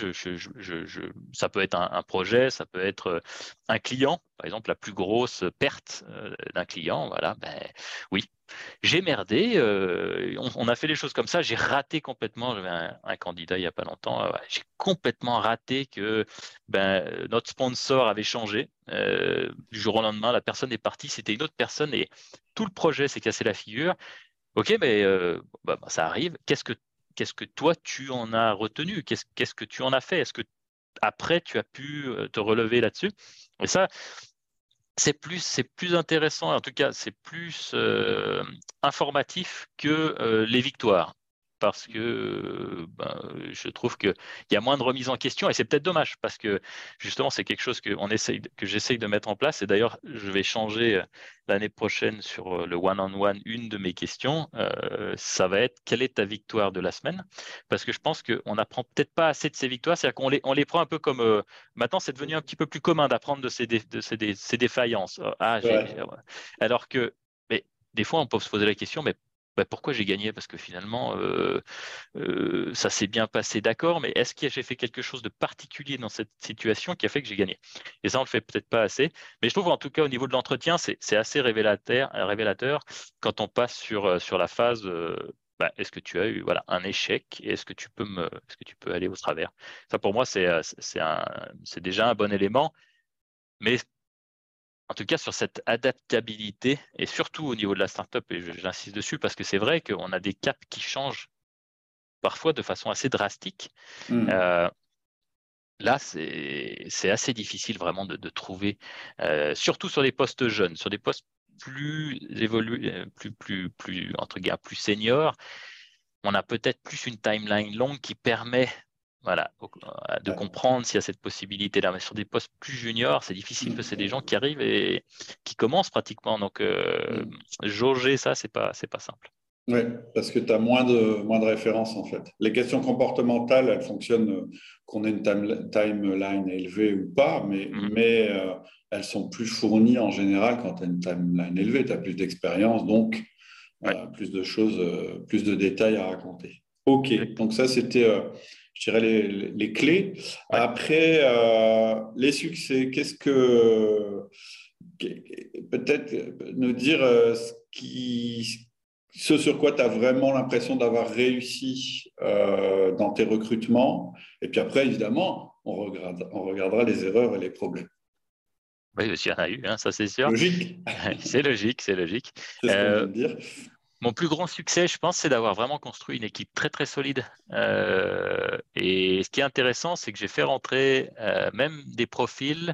ça peut être un projet, ça peut être un client, par exemple la plus grosse perte d'un client, voilà, oui, j'ai merdé, on a fait les choses comme ça, j'ai raté complètement, j'avais un candidat il n'y a pas longtemps, j'ai complètement raté que notre sponsor avait changé, du jour au lendemain, la personne est partie, c'était une autre personne et tout le projet s'est cassé la figure. Ok, mais ça arrive, qu'est-ce que toi tu en as retenu, qu'est-ce que tu en as fait, est-ce que après tu as pu te relever là-dessus? Et ça, c'est plus intéressant, en tout cas, c'est plus informatif que les victoires. Parce que je trouve qu'il y a moins de remise en question et c'est peut-être dommage parce que justement, c'est quelque chose que j'essaye de mettre en place. Et d'ailleurs, je vais changer l'année prochaine sur le one-on-one. Une de mes questions, ça va être quelle est ta victoire de la semaine? Parce que je pense qu'on n'apprend peut-être pas assez de ces victoires. C'est-à-dire on les prend un peu comme maintenant, c'est devenu un petit peu plus commun d'apprendre de ces défaillances. Ouais. Alors que, mais des fois, on peut se poser la question, mais pourquoi j'ai gagné? Parce que finalement, ça s'est bien passé, d'accord, mais est-ce que j'ai fait quelque chose de particulier dans cette situation qui a fait que j'ai gagné? Et ça, on le fait peut-être pas assez. Mais je trouve, en tout cas, au niveau de l'entretien, c'est assez révélateur quand on passe sur la phase. Est-ce que tu as eu un échec et est-ce que tu peux aller au travers? Ça, pour moi, c'est déjà un bon élément. Mais en tout cas, sur cette adaptabilité, et surtout au niveau de la startup, et j'insiste dessus parce que c'est vrai qu'on a des caps qui changent parfois de façon assez drastique. Hmm. Là, c'est assez difficile vraiment de trouver, surtout sur des postes jeunes, sur des postes plus évolués, entre guillemets, plus seniors. On a peut-être plus une timeline longue qui permet de Ouais. comprendre s'il y a cette possibilité-là. Mais sur des postes plus juniors, c'est difficile que c'est des gens qui arrivent et qui commencent pratiquement. Donc, Hmm. jauger ça, c'est pas simple. Oui, parce que tu as moins de références en fait. Les questions comportementales, elles fonctionnent qu'on ait une timeline élevée ou pas, Mhm. mais elles sont plus fournies en général quand tu as une timeline élevée. Tu as plus d'expérience, donc Ouais, plus de choses, plus de détails à raconter. Ok, exactement. donc ça c'était, je dirais, les clés. Ouais. Après, les succès, peut-être nous dire ce sur quoi tu as vraiment l'impression d'avoir réussi dans tes recrutements. Et puis après, évidemment, on regardera les erreurs et les problèmes. Oui, il y en a eu, hein, ça c'est sûr. Logique, C'est logique, c'est logique. c'est ce qu'on vient Euh, de dire. Mon plus grand succès, je pense, c'est d'avoir vraiment construit une équipe très très solide. Et ce qui est intéressant, c'est que j'ai fait rentrer même des profils,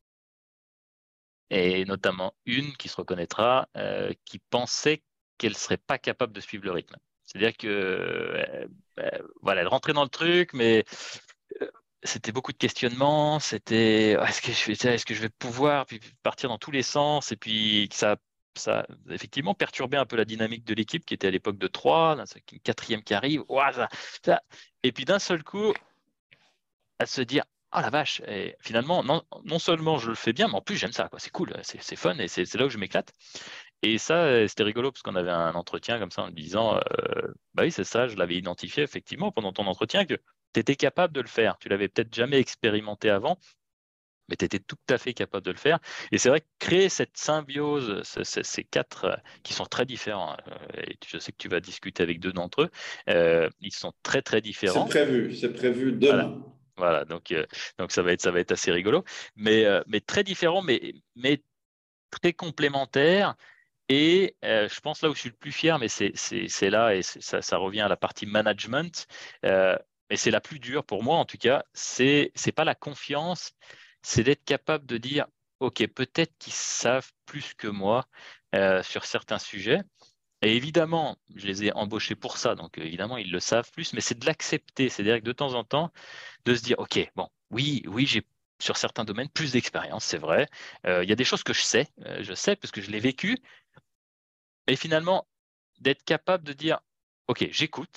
et notamment une qui se reconnaîtra, qui pensait qu'elle serait pas capable de suivre le rythme. C'est-à-dire que elle rentrait dans le truc, mais euh, c'était beaucoup de questionnements. C'était est-ce que je fais ça, est-ce que je vais pouvoir, puis partir dans tous les sens, et puis ça a effectivement perturbé un peu la dynamique de l'équipe qui était à l'époque de 3, là, c'est une quatrième qui arrive. Ouah, et puis d'un seul coup, à se dire oh la vache, et finalement, non seulement je le fais bien, mais en plus j'aime ça, quoi. C'est cool, c'est fun et c'est là où je m'éclate. Et ça, c'était rigolo parce qu'on avait un entretien comme ça en me disant, bah oui, c'est ça, je l'avais identifié effectivement pendant ton entretien que tu étais capable de le faire. Tu l'avais peut-être jamais expérimenté avant, mais tu étais tout à fait capable de le faire. Et c'est vrai que créer cette symbiose, ces quatre qui sont très différents, et je sais que tu vas discuter avec deux d'entre eux, ils sont très très différents. C'est prévu Voilà. demain. Voilà, donc ça va être assez rigolo, mais très différent, mais très complémentaire. Et je pense là où je suis le plus fier, mais c'est là, et ça revient à la partie management, mais c'est la plus dure pour moi en tout cas, c'est pas la confiance, c'est d'être capable de dire, OK, peut-être qu'ils savent plus que moi sur certains sujets. Et évidemment, je les ai embauchés pour ça, donc évidemment, ils le savent plus, mais c'est de l'accepter, c'est-à-dire que de temps en temps, de se dire, OK, bon, oui, j'ai sur certains domaines plus d'expérience, c'est vrai. Il y a des choses que je sais parce que je l'ai vécu, mais finalement, d'être capable de dire, OK,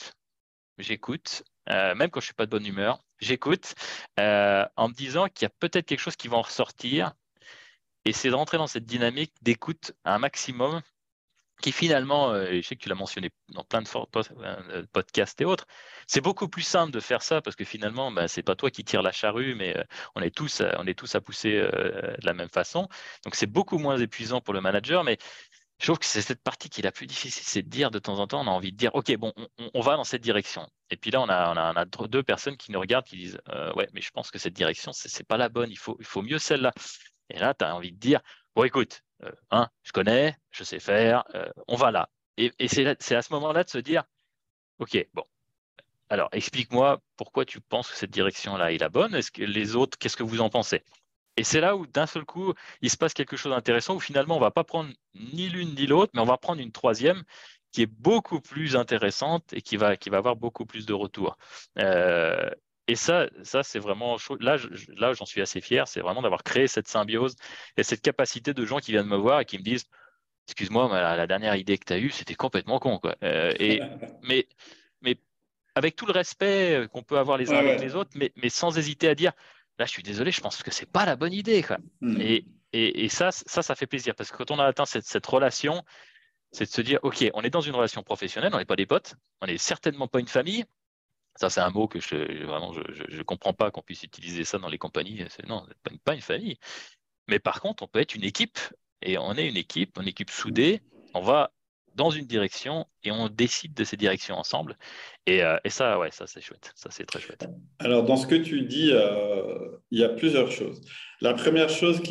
j'écoute, même quand je suis pas de bonne humeur, j'écoute, en me disant qu'il y a peut-être quelque chose qui va en ressortir, et c'est de rentrer dans cette dynamique d'écoute à un maximum, qui finalement, et je sais que tu l'as mentionné dans plein de podcasts et autres, c'est beaucoup plus simple de faire ça parce que finalement, bah, c'est pas toi qui tires la charrue, mais on est tous à pousser de la même façon. Donc c'est beaucoup moins épuisant pour le manager, mais je trouve que c'est cette partie qui est la plus difficile, c'est de dire de temps en temps, on a envie de dire, OK, bon, on va dans cette direction. Et puis là, on a deux personnes qui nous regardent, qui disent, ouais, mais je pense que cette direction, c'est pas la bonne, il faut mieux celle-là. Et là, tu as envie de dire, bon, écoute, je connais, je sais faire, on va là. Et c'est à ce moment-là de se dire, OK, bon, alors explique-moi pourquoi tu penses que cette direction-là est la bonne. Est-ce que les autres, qu'est-ce que vous en pensez? Et c'est là où d'un seul coup, il se passe quelque chose d'intéressant où finalement, on va pas prendre ni l'une ni l'autre, mais on va prendre une troisième qui est beaucoup plus intéressante et qui va avoir beaucoup plus de retours. Euh, et ça c'est vraiment chaud. Là, j'en suis assez fier. C'est vraiment d'avoir créé cette symbiose et cette capacité de gens qui viennent me voir et qui me disent, excuse-moi, mais la dernière idée que tu as eue, c'était complètement con, quoi. Mais, mais avec tout le respect qu'on peut avoir les uns Ouais, avec les ouais. autres, mais sans hésiter à dire, là, je suis désolé, je pense que c'est pas la bonne idée, quoi. Hmm. Et ça fait plaisir parce que quand on a atteint cette relation, c'est de se dire, OK, on est dans une relation professionnelle, on n'est pas des potes, on n'est certainement pas une famille. Ça, c'est un mot que vraiment, je comprends pas qu'on puisse utiliser ça dans les compagnies. Non, on n'est pas une famille. Mais par contre, on peut être une équipe et on est une équipe soudée. On va dans une direction et on décide de ces directions ensemble. Et ça, ouais, ça c'est chouette. Ça c'est très chouette. Alors, dans ce que tu dis, il y a plusieurs choses. La première chose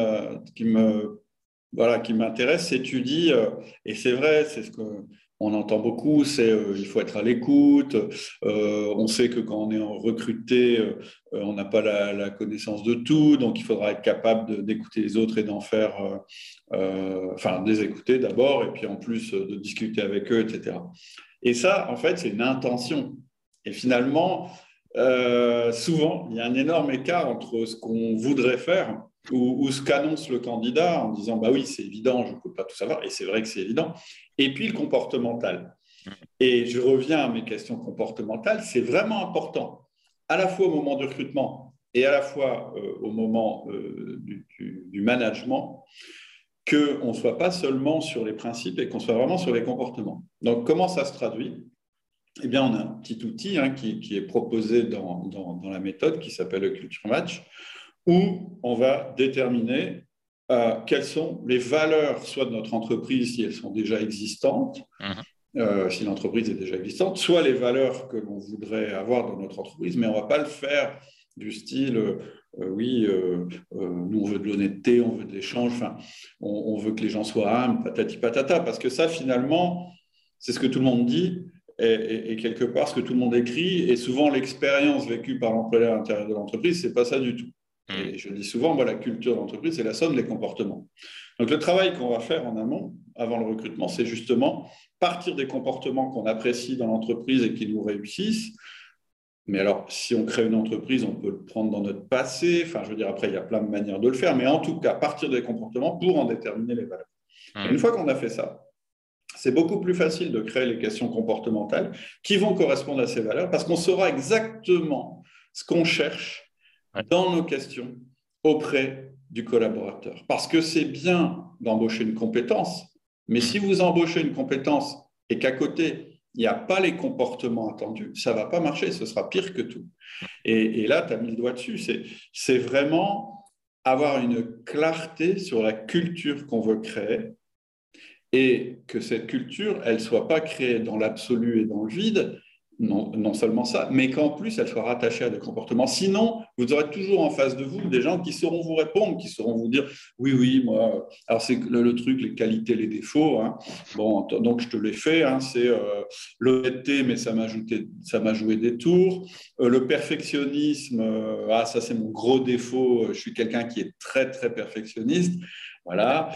voilà, qui m'intéresse, c'est tu dis, et c'est vrai, c'est ce qu'on entend beaucoup, c'est il faut être à l'écoute. On sait que quand on est en recruté, on n'a pas la connaissance de tout, donc il faudra être capable d'écouter les autres et d'en faire, enfin, de les écouter d'abord, et puis en plus de discuter avec eux, etc. Et ça, en fait, c'est une intention. Et finalement, souvent, il y a un énorme écart entre ce qu'on voudrait faire ou ce qu'annonce le candidat en disant bah oui, c'est évident, je ne peux pas tout savoir, et c'est vrai que c'est évident, et puis le comportemental. Et je reviens à mes questions comportementales, c'est vraiment important, à la fois au moment du recrutement et à la fois au moment du management, qu'on ne soit pas seulement sur les principes et qu'on soit vraiment sur les comportements. Donc, comment ça se traduit? Eh bien, on a un petit outil qui est proposé dans la méthode qui s'appelle le Culture Match, où on va déterminer quelles sont les valeurs, soit de notre entreprise, si elles sont déjà existantes, si l'entreprise est déjà existante, soit les valeurs que l'on voudrait avoir dans notre entreprise, mais on ne va pas le faire du style, nous on veut de l'honnêteté, on veut de l'échange, enfin, on veut que les gens soient humbles, patati patata, parce que ça, finalement, c'est ce que tout le monde dit, et quelque part ce que tout le monde écrit, et souvent l'expérience vécue par l'employé à l'intérieur de l'entreprise, c'est pas ça du tout. Et je dis souvent, la culture d'entreprise, c'est la somme des comportements. Donc le travail qu'on va faire en amont, avant le recrutement, c'est justement partir des comportements qu'on apprécie dans l'entreprise et qui nous réussissent. Mais alors, si on crée une entreprise, on peut le prendre dans notre passé. Enfin, je veux dire, après, il y a plein de manières de le faire. Mais en tout cas, partir des comportements pour en déterminer les valeurs. Et une fois qu'on a fait ça, c'est beaucoup plus facile de créer les questions comportementales qui vont correspondre à ces valeurs parce qu'on saura exactement ce qu'on cherche Ouais. dans nos questions auprès du collaborateur. Parce que c'est bien d'embaucher une compétence, mais si vous embauchez une compétence et qu'à côté, il n'y a pas les comportements attendus, ça ne va pas marcher, ce sera pire que tout. Et là, tu as mis le doigt dessus, c'est vraiment avoir une clarté sur la culture qu'on veut créer et que cette culture, elle ne soit pas créée dans l'absolu et dans le vide, non seulement ça, mais qu'en plus, elle soit rattachée à des comportements. Sinon, vous aurez toujours en face de vous des gens qui sauront vous répondre, qui sauront vous dire « Oui, oui, moi… » Alors, c'est le truc, les qualités, les défauts. Hein. Bon, donc, je te l'ai fait. Hein, c'est l'honnêteté, mais ça m'a joué des tours. Le perfectionnisme, ça, c'est mon gros défaut. Je suis quelqu'un qui est très, très perfectionniste. Voilà,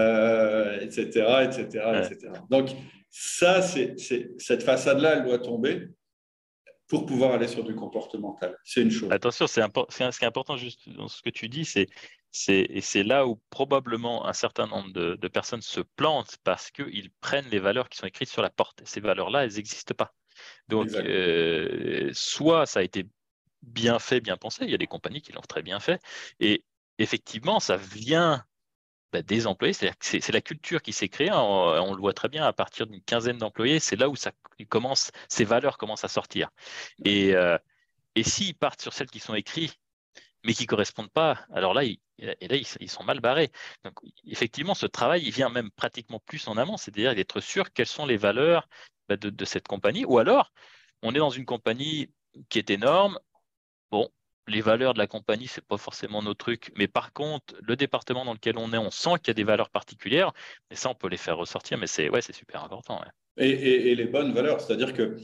etc., etc., Ouais. etc. Donc, ça, cette façade-là, elle doit tomber pour pouvoir aller sur du comportemental. C'est une chose. Attention, ce qui est important juste dans ce que tu dis, et c'est là où probablement un certain nombre de personnes se plantent parce qu'ils prennent les valeurs qui sont écrites sur la porte. Et ces valeurs-là, elles n'existent pas. Donc, Exact. soit ça a été bien fait, bien pensé, il y a des compagnies qui l'ont très bien fait, et effectivement, ça vient des employés, c'est-à-dire que c'est la culture qui s'est créée, on le voit très bien à partir d'une quinzaine d'employés, c'est là où ces valeurs commencent à sortir. Et, euh, et s'ils partent sur celles qui sont écrites, mais qui ne correspondent pas, alors là, ils sont mal barrés. Donc, effectivement, ce travail, il vient même pratiquement plus en amont, c'est-à-dire d'être sûr quelles sont les valeurs de cette compagnie. Ou alors, on est dans une compagnie qui est énorme. Bon, les valeurs de la compagnie, c'est pas forcément nos trucs, mais par contre, le département dans lequel on est, on sent qu'il y a des valeurs particulières, et ça, on peut les faire ressortir, mais c'est super important. Ouais. Et les bonnes valeurs, c'est-à-dire que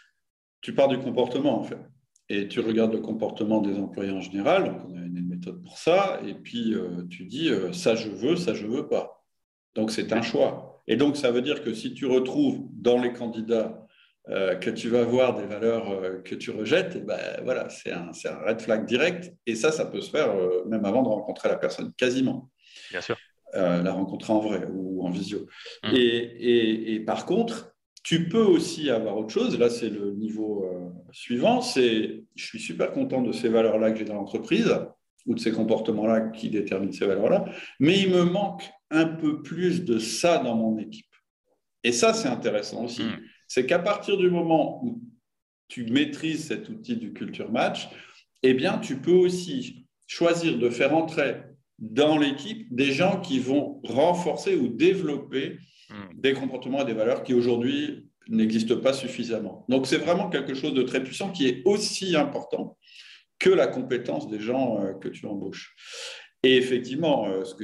tu pars du comportement, en fait. Et tu regardes le comportement des employés en général, donc on a une méthode pour ça, et puis tu dis ça je veux pas. Donc c'est un choix. Et donc ça veut dire que si tu retrouves dans les candidats que tu vas avoir des valeurs que tu rejettes, eh ben, voilà, c'est un red flag direct. Et ça peut se faire même avant de rencontrer la personne, quasiment. Bien sûr. La rencontrer en vrai ou en visio. Mhm. Et par contre, tu peux aussi avoir autre chose. Là, c'est le niveau suivant. C'est, je suis super content de ces valeurs-là que j'ai dans l'entreprise ou de ces comportements-là qui déterminent ces valeurs-là, mais il me manque un peu plus de ça dans mon équipe. Et ça, c'est intéressant aussi. Mhm. C'est qu'à partir du moment où tu maîtrises cet outil du culture match, eh bien, tu peux aussi choisir de faire entrer dans l'équipe des gens qui vont renforcer ou développer Mhm. des comportements et des valeurs qui aujourd'hui n'existent pas suffisamment. Donc, c'est vraiment quelque chose de très puissant qui est aussi important que la compétence des gens que tu embauches. Et effectivement,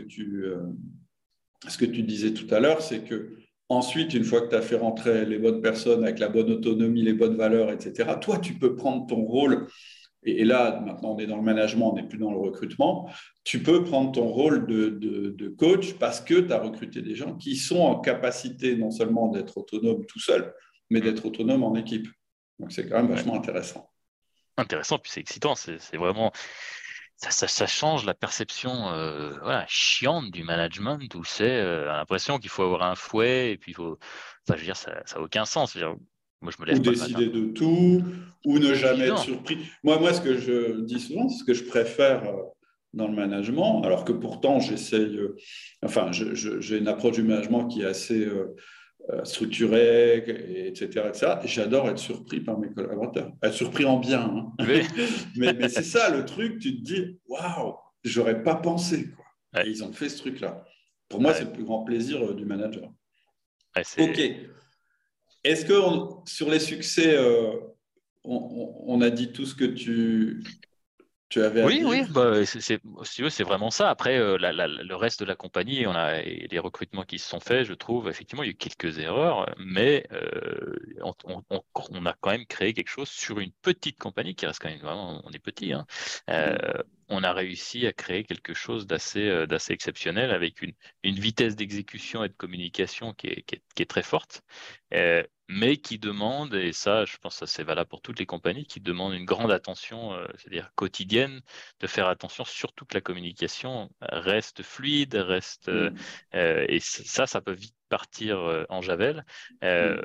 ce que tu disais tout à l'heure, c'est que ensuite, une fois que tu as fait rentrer les bonnes personnes avec la bonne autonomie, les bonnes valeurs, etc., toi, tu peux prendre ton rôle. Et là, maintenant, on est dans le management, on n'est plus dans le recrutement. Tu peux prendre ton rôle de coach parce que tu as recruté des gens qui sont en capacité non seulement d'être autonomes tout seuls, mais Mhm. d'être autonomes en équipe. Donc, c'est quand même Ouais. vachement intéressant. Intéressant, puis c'est excitant, c'est vraiment, ça change la perception voilà, chiante du management où l'impression qu'il faut avoir un fouet et puis il faut, enfin, je veux dire, ça n'a aucun sens. Je veux dire, moi, je me Ou lève pas le matin. décider de tout, ou ne jamais être Évident. surpris. Moi, ce que je dis souvent, c'est ce que je préfère dans le management, alors que pourtant, j'essaye, j'ai une approche du management qui est assez structurée, etc., etc. Et j'adore être surpris par mes collaborateurs. Être surpris en bien. Hein. Oui. Mais c'est ça le truc, tu te dis, waouh, j'aurais pas pensé. Quoi. Ouais, Et ils ont fait ce truc-là. Pour moi, c'est ouais, le plus grand plaisir du manager. ouais, OK. Est-ce que sur les succès, on a dit tout ce que tu avais à Oui, dire? oui, bah, si tu veux, c'est vraiment ça. Après, le reste de la compagnie, et les recrutements qui se sont faits, je trouve, effectivement, il y a eu quelques erreurs, mais on a quand même créé quelque chose sur une petite compagnie qui reste quand même vraiment, on est petit, hein. Euh, on a réussi à créer quelque chose d'assez exceptionnel avec une vitesse d'exécution et de communication qui est très forte. Mais qui demande, et ça, je pense que ça c'est valable pour toutes les compagnies, qui demandent une grande attention, c'est-à-dire quotidienne, de faire attention surtout que la communication reste fluide, Mm. et ça peut vite partir en javel. Mm.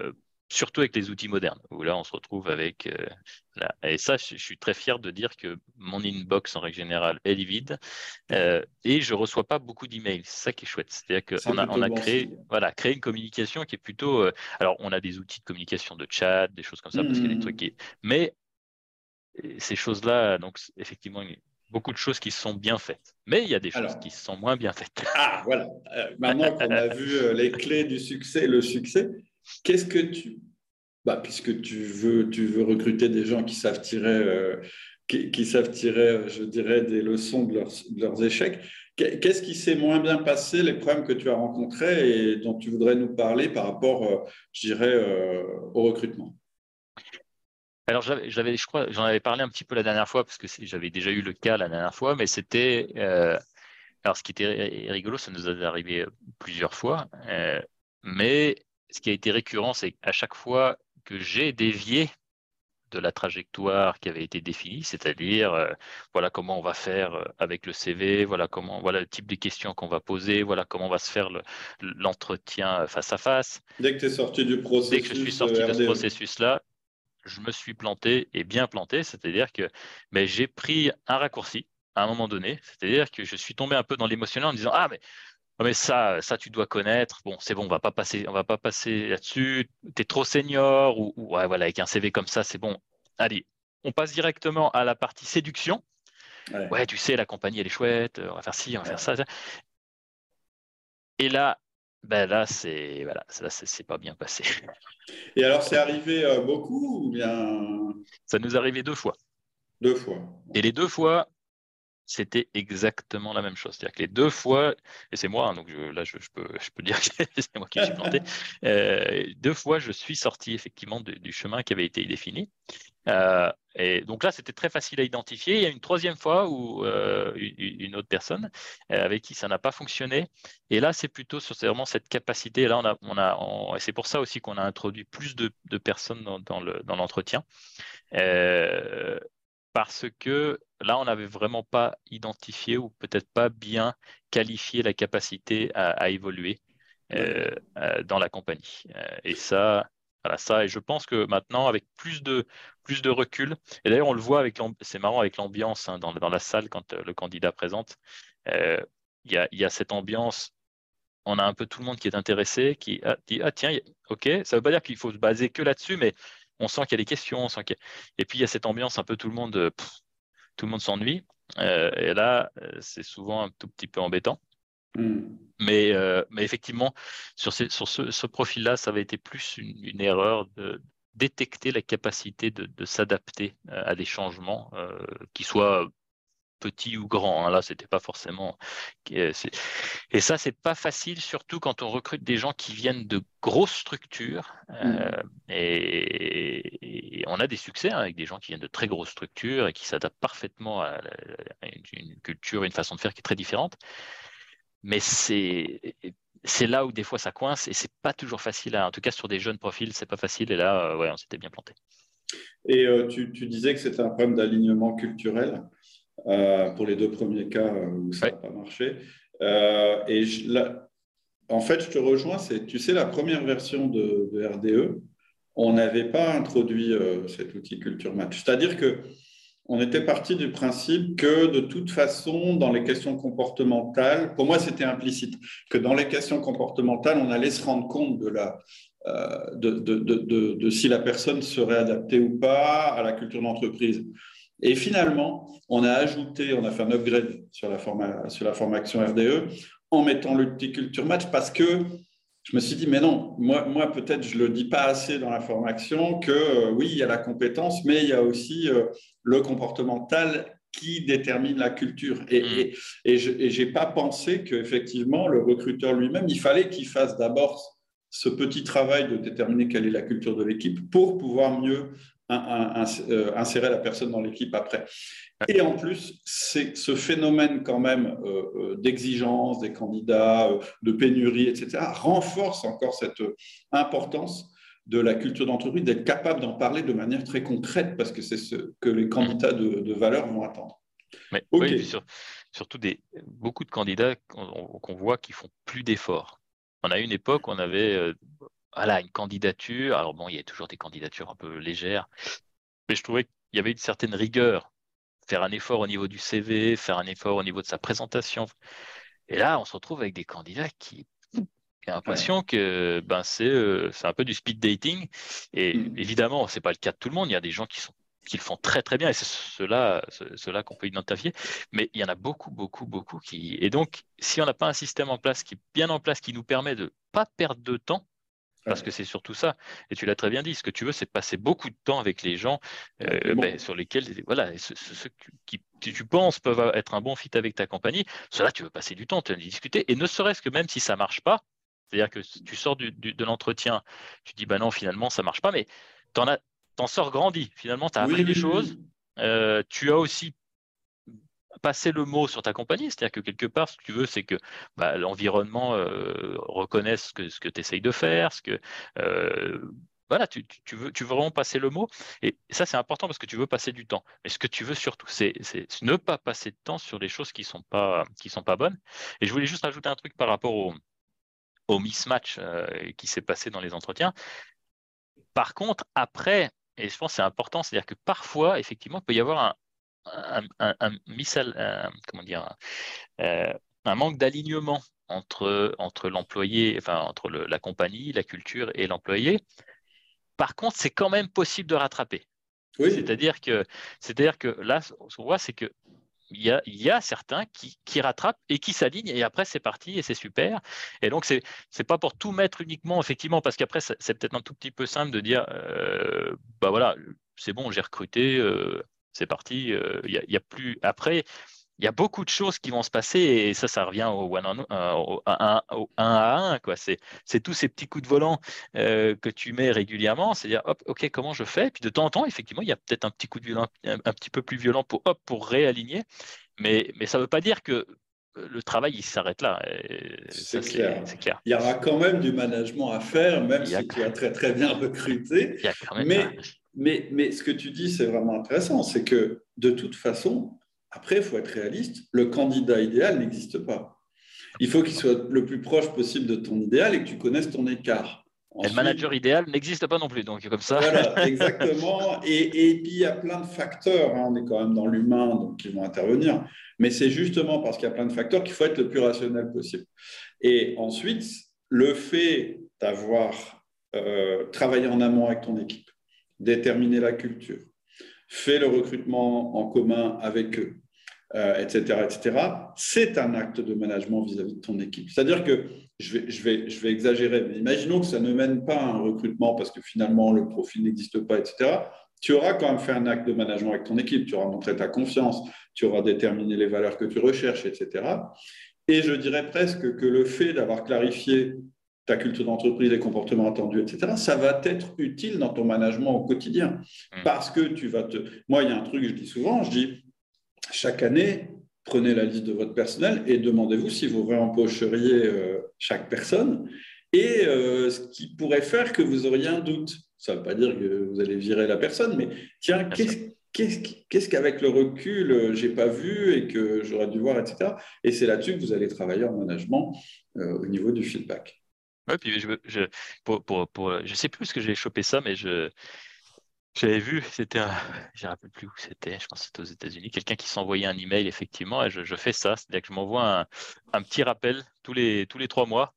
surtout avec les outils modernes, où là, on se retrouve avec... Et ça, je suis très fier de dire que mon inbox, en règle générale, elle est vide, et je ne reçois pas beaucoup d'emails. C'est ça qui est chouette. C'est-à-dire C'est qu'on a, on plutôt a bon créé, signe. voilà, créé une communication qui est plutôt... alors, on a des outils de communication de chat, des choses comme ça, parce qu'il y a des trucs qui... Mais ces choses-là, donc, effectivement, il y a beaucoup de choses qui sont bien faites. Mais il y a des choses Alors, qui sont moins bien faites. voilà. Maintenant qu'on a vu les clés du succès, le succès, qu'est-ce que puisque tu veux recruter des gens qui savent tirer, qui savent tirer, je dirais, des leçons de leurs échecs, qu'est-ce qui s'est moins bien passé, les problèmes que tu as rencontrés et dont tu voudrais nous parler par rapport, je dirais, au recrutement? Alors, je crois, j'en avais parlé un petit peu la dernière fois, parce que j'avais déjà eu le cas la dernière fois, mais c'était... alors, ce qui était rigolo, ça nous est arrivé plusieurs fois, mais ce qui a été récurrent, c'est qu'à chaque fois que j'ai dévié de la trajectoire qui avait été définie, c'est-à-dire voilà comment on va faire avec le CV, voilà le type de questions qu'on va poser, voilà comment va se faire l'entretien face à face. Dès que tu es sorti du Dès que je suis processus sorti de ce RDE. processus-là, je me suis planté et bien planté, c'est-à-dire que j'ai pris un raccourci à un moment donné, c'est-à-dire que je suis tombé un peu dans l'émotionnel en disant mais ça tu dois connaître. Bon, c'est bon, on va pas passer là-dessus. T'es trop senior ou ouais, voilà, avec un CV comme ça, c'est bon. Allez, on passe directement à la partie séduction. Ouais, Ouais, tu sais, la compagnie elle est chouette. On va faire ci, on va faire ouais. ça. Et là, ben là, c'est pas bien passé. Et alors, c'est arrivé beaucoup ou bien Ça nous arrivait 2 fois. 2 fois? Et les 2 fois, c'était exactement la même chose. C'est-à-dire que les 2 fois, et c'est moi, hein, donc là je peux dire que c'est moi qui me suis planté. 2 fois, je suis sorti effectivement du chemin qui avait été défini. Et donc là, c'était très facile à identifier. Il y a une troisième fois où une autre personne avec qui ça n'a pas fonctionné. Et là, c'est vraiment cette capacité. Et là, et c'est pour ça aussi qu'on a introduit plus de personnes dans l'entretien. Euh, Parce que là, on n'avait vraiment pas identifié ou peut-être pas bien qualifié la capacité à évoluer D'accord. dans la compagnie. Et ça, voilà, ça, et je pense que maintenant, avec plus de recul, et d'ailleurs, on le voit c'est marrant avec l'ambiance hein, dans la salle quand le candidat présente, euh, il y a cette ambiance. On a un peu tout le monde qui est intéressé, qui dit tiens, ok, ça ne veut pas dire qu'il faut se baser que là-dessus, mais on sent qu'il y a des questions, et puis il y a cette ambiance un peu tout le monde s'ennuie. Et là, c'est souvent un tout petit peu embêtant. Hmm. Mais effectivement, sur ce profil-là, ça avait été plus une erreur de détecter la capacité de s'adapter à des changements, qui soient petits ou grands. Hein. Là, c'était pas forcément. Et ça, c'est pas facile, surtout quand on recrute des gens qui viennent de grosses structures. Hmm. Et on a des succès hein, avec des gens qui viennent de très grosses structures et qui s'adaptent parfaitement à une culture, une façon de faire qui est très différente. Mais c'est là où des fois ça coince et c'est pas toujours facile. En tout cas, sur des jeunes profils, c'est pas facile. Et là, ouais, on s'était bien planté. Et tu disais que c'était un problème d'alignement culturel pour les 2 premiers cas où ça n'a Ouais. pas marché. En fait, je te rejoins, tu sais, la première version de RDE, on n'avait pas introduit cet outil Culture Match. C'est-à-dire que on était parti du principe que de toute façon, dans les questions comportementales, pour moi c'était implicite, que dans les questions comportementales, on allait se rendre compte de si la personne serait adaptée ou pas à la culture d'entreprise. Et finalement, on a fait un upgrade sur la formation RDE en mettant le petit culture match parce que je me suis dit, mais non, moi peut-être je ne le dis pas assez dans la formation que oui, il y a la compétence, mais il y a aussi le comportemental qui détermine la culture. Hmm. Et je n'ai pas pensé qu'effectivement, le recruteur lui-même, il fallait qu'il fasse d'abord ce petit travail de déterminer quelle est la culture de l'équipe pour pouvoir mieux insérer la personne dans l'équipe après. Et en plus, c'est ce phénomène quand même d'exigence des candidats, de pénurie, etc., renforce encore cette importance de la culture d'entreprise, d'être capable d'en parler de manière très concrète, parce que c'est ce que les Hmm. candidats de valeur vont attendre. Mais OK. oui, puis surtout beaucoup de candidats qu'on voit qui font plus d'efforts. On a eu une époque où on avait voilà, une candidature. Alors bon, il y a toujours des candidatures un peu légères, mais je trouvais qu'il y avait une certaine rigueur. Faire un effort au niveau du CV, faire un effort au niveau de sa présentation. Et là, on se retrouve avec des candidats qui ont Ouais. l'impression que c'est un peu du speed dating. Et Mm. évidemment, c'est pas le cas de tout le monde. Il y a des gens qui le font très très bien et c'est ceux-là qu'on peut identifier. Mais il y en a beaucoup, beaucoup, beaucoup qui. Et donc, si on n'a pas un système en place qui est bien en place, qui nous permet de pas perdre de temps, parce que Ouais. c'est surtout ça. Et tu l'as très bien dit. Ce que tu veux, c'est passer beaucoup de temps avec les gens Exactement. sur lesquels, voilà, ceux qui tu penses peuvent être un bon fit avec ta compagnie. Ceux-là, tu veux passer du temps, tu veux discuter. Et ne serait-ce que même si ça marche pas, c'est-à-dire que si tu sors de l'entretien, tu dis, bah non, finalement, ça marche pas, mais t'en sors grandi. Finalement, tu as Oui, appris des oui, choses. oui. Tu as aussi passer le mot sur ta compagnie, c'est-à-dire que quelque part, ce que tu veux, c'est que l'environnement reconnaisse ce que tu essayes de faire, euh, voilà, tu veux vraiment passer le mot. Et ça, c'est important parce que tu veux passer du temps. Mais ce que tu veux surtout, c'est ne pas passer de temps sur les choses qui sont pas bonnes. Et je voulais juste rajouter un truc par rapport au mismatch qui s'est passé dans les entretiens. Par contre, après, et je pense que c'est important, c'est-à-dire que parfois, effectivement, il peut y avoir comment dire, euh, un manque d'alignement entre l'employé, enfin entre la compagnie, la culture et l'employé. Par contre, c'est quand même possible de rattraper. Oui, C'est-à-dire que, c'est-à-dire que là, ce qu'on voit, c'est que il y a certains qui rattrapent et qui s'alignent et après c'est parti et c'est super. Et donc c'est pas pour tout mettre uniquement effectivement parce qu'après c'est peut-être un tout petit peu simple de dire bah voilà c'est bon j'ai recruté c'est parti il y a plus après il y a beaucoup de choses qui vont se passer et ça revient au one on, au un à un, quoi. C'est tous ces petits coups de volant que tu mets régulièrement, c'est-à-dire, hop, ok, comment je fais? Puis de temps en temps, effectivement, il y a peut-être un petit coup de violent, un petit peu plus violent pour réaligner, mais ça ne veut pas dire que le travail, il s'arrête là. Et ça, c'est c'est clair. c'est clair. Il y aura quand même du management à faire, même Il y a, si tu as très très bien recruté. il y a quand même. Mais ce que tu dis, c'est vraiment intéressant. C'est que de toute façon, après, il faut être réaliste, le candidat idéal n'existe pas. Il faut qu'il soit le plus proche possible de ton idéal et que tu connaisses ton écart. Et le Ensuite, manager idéal n'existe pas non plus, donc comme ça. voilà, exactement. Et puis, il y a plein de facteurs. Hein. On est quand même dans l'humain, donc ils vont intervenir. Mais c'est justement parce qu'il y a plein de facteurs qu'il faut être le plus rationnel possible. Et ensuite, le fait d'avoir travaillé en amont avec ton équipe, déterminer la culture, fait le recrutement en commun avec eux, etc., etc., c'est un acte de management vis-à-vis de ton équipe. C'est-à-dire que, je vais exagérer, mais imaginons que ça ne mène pas à un recrutement parce que finalement le profil n'existe pas, etc., tu auras quand même fait un acte de management avec ton équipe, tu auras montré ta confiance, tu auras déterminé les valeurs que tu recherches, etc. Et je dirais presque que le fait d'avoir clarifié ta culture d'entreprise, les comportements attendus, etc., ça va être utile dans ton management au quotidien. Parce que tu vas te... Moi, il y a un truc que je dis souvent, je dis, chaque année, prenez la liste de votre personnel et demandez-vous si vous réembaucheriez chaque personne et ce qui pourrait faire que vous auriez un doute. Ça ne veut pas dire que vous allez virer la personne, mais tiens, Bien sûr. qu'est-ce qu'avec le recul, je n'ai pas vu et que j'aurais dû voir, etc. Et c'est là-dessus que vous allez travailler en management au niveau du feedback. Ouais, puis je sais plus ce que j'ai chopé ça, mais j'avais vu, je ne rappelle plus où c'était, je pense que c'était aux États-Unis, quelqu'un qui s'envoyait un email, effectivement, et je fais ça, c'est-à-dire que je m'envoie un petit rappel tous les 3 mois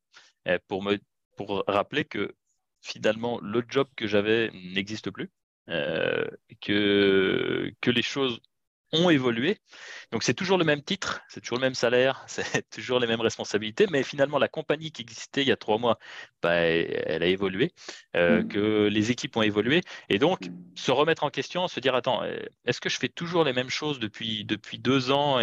pour rappeler que finalement, le job que j'avais n'existe plus, euh, que les choses ont évolué. Donc c'est toujours le même titre, c'est toujours le même salaire, c'est toujours les mêmes responsabilités, mais finalement la compagnie qui existait il y a 3 mois, bah, elle a évolué, Mm. que les équipes ont évolué, et donc se remettre en question, se dire attends, est-ce que je fais toujours les mêmes choses depuis 2 ans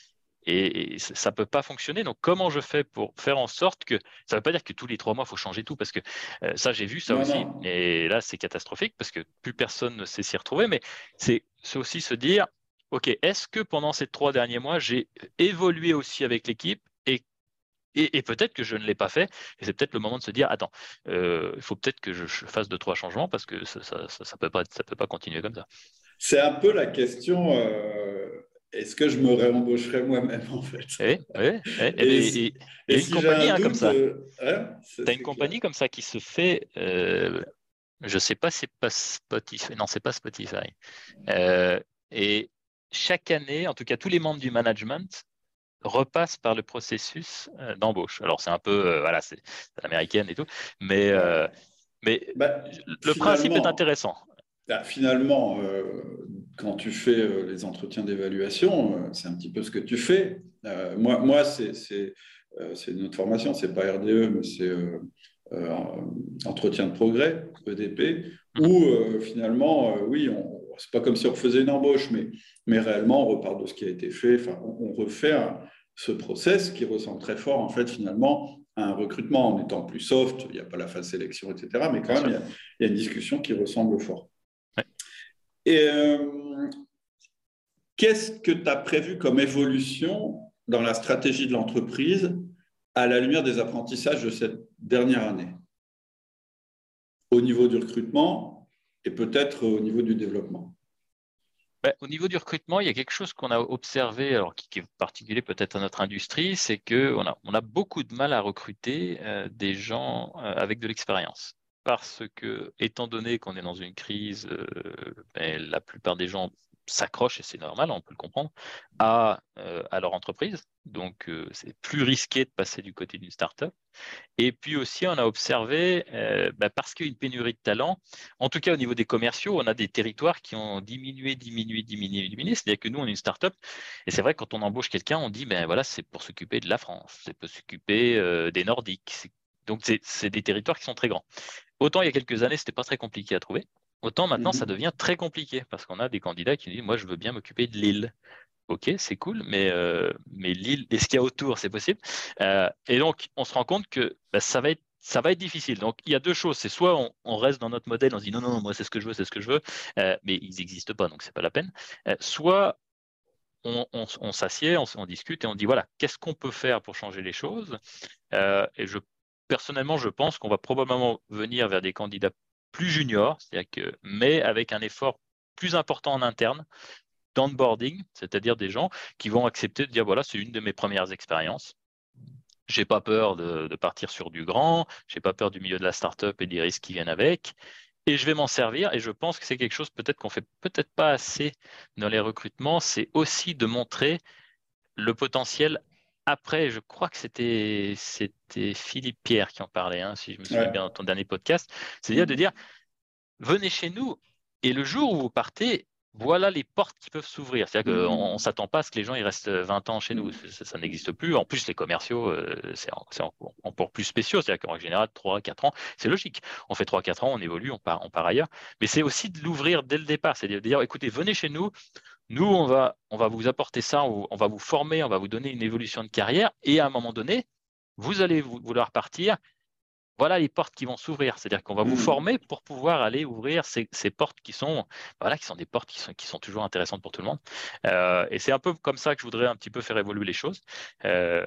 et ça peut pas fonctionner. Donc comment je fais pour faire en sorte que ça veut pas dire que tous les 3 mois il faut changer tout parce que ça j'ai vu ça Non, aussi non. et là c'est catastrophique parce que plus personne ne sait s'y retrouver. Mais c'est aussi se dire ok, est-ce que pendant ces 3 derniers mois j'ai évolué aussi avec l'équipe et peut-être que je ne l'ai pas fait, et c'est peut-être le moment de se dire, attends, il faut peut-être que je fasse 2, 3 changements parce que ça peut pas continuer comme ça. C'est un peu la question. est-ce que je me réembaucherais moi-même, en fait? Oui, oui, oui. Et, Il y et a une si j'ai compagnie un comme doute, ça. Tu as une c'est clair. compagnie comme ça qui se fait, je ne sais pas, c'est pas Spotify. Non, c'est pas Spotify. Euh, et chaque année, en tout cas, tous les membres du management repassent par le processus d'embauche. Alors, c'est un peu, voilà, c'est l'américaine et tout, mais, Ouais. mais Bah, le principe est finalement, intéressant. finalement, quand tu fais les entretiens d'évaluation, c'est un petit peu ce que tu fais. Moi c'est une autre formation, c'est pas RDE, mais c'est euh, entretien de progrès, EDP, Mhm. où finalement, oui, c'est pas comme si on faisait une embauche, mais réellement, on repart de ce qui a été fait. Enfin, on refait ce process qui ressemble très fort, en fait, finalement, à un recrutement en étant plus soft. Il n'y a pas la phase sélection, etc. Mais Bien quand même, sûr. il y a une discussion qui ressemble fort. Ouais. Et qu'est-ce que tu as prévu comme évolution dans la stratégie de l'entreprise à la lumière des apprentissages de cette dernière année, au niveau du recrutement et peut-être au niveau du développement? Au niveau du recrutement, il y a quelque chose qu'on a observé, alors qui est particulier peut-être à notre industrie, c'est qu'on a beaucoup de mal à recruter des gens avec de l'expérience. Parce que, étant donné qu'on est dans une crise, la plupart des gens s'accrochent, et c'est normal, on peut le comprendre, à leur entreprise. Donc, c'est plus risqué de passer du côté d'une start-up. Et puis aussi, on a observé, parce qu'il y a une pénurie de talent, en tout cas au niveau des commerciaux, on a des territoires qui ont diminué, diminué, diminué, diminué. C'est-à-dire que nous, on est une start-up, et c'est vrai que quand on embauche quelqu'un, on dit, ben voilà, c'est pour s'occuper de la France, c'est pour s'occuper des Nordiques. Donc, c'est des territoires qui sont très grands. Autant il y a quelques années, c'était pas très compliqué à trouver. Autant maintenant, ça Mhm. devient très compliqué parce qu'on a des candidats qui disent, moi, je veux bien m'occuper de l'île. Ok, c'est cool, mais l'île et ce qu'il y a autour, c'est possible. Et donc, on se rend compte que ça va être difficile. Donc, il y a deux choses. C'est soit on reste dans notre modèle, on se dit non, non, non, moi, c'est ce que je veux, c'est ce que je veux, mais ils n'existent pas, donc c'est pas la peine. Soit on s'assied, on discute et on dit voilà, qu'est-ce qu'on peut faire pour changer les choses? Personnellement, je pense qu'on va probablement venir vers des candidats plus juniors, c'est-à-dire mais avec un effort plus important en interne d'onboarding, c'est-à-dire des gens qui vont accepter de dire voilà, c'est une de mes premières expériences. J'ai pas peur de partir sur du grand, j'ai pas peur du milieu de la startup et des risques qui viennent avec, et je vais m'en servir. Et je pense que c'est quelque chose peut-être qu'on fait peut-être pas assez dans les recrutements, c'est aussi de montrer le potentiel après. Je crois que c'était Philippe Pierre qui en parlait, hein, si je me souviens bien Ouais. dans ton dernier podcast, c'est-à-dire de Mhm. dire venez chez nous et le jour où vous partez, voilà les portes qui peuvent s'ouvrir. C'est-à-dire qu'on ne Mhm. s'attend pas à ce que les gens ils restent 20 ans chez nous. Mhm. Ça n'existe plus. En plus, les commerciaux, c'est encore plus spéciaux. C'est-à-dire qu'en général, 3 4 ans, c'est logique. On fait 3 4 ans, on évolue, on part ailleurs. Mais c'est aussi de l'ouvrir dès le départ. C'est-à-dire de dire, écoutez, venez chez nous. Nous, on va vous apporter ça, on va vous former, on va vous donner une évolution de carrière. Et à un moment donné, vous allez vouloir partir, voilà les portes qui vont s'ouvrir. C'est-à-dire qu'on va vous Mhm. former pour pouvoir aller ouvrir ces portes qui sont des portes qui sont toujours intéressantes pour tout le monde. Et c'est un peu comme ça que je voudrais un petit peu faire évoluer les choses. Euh,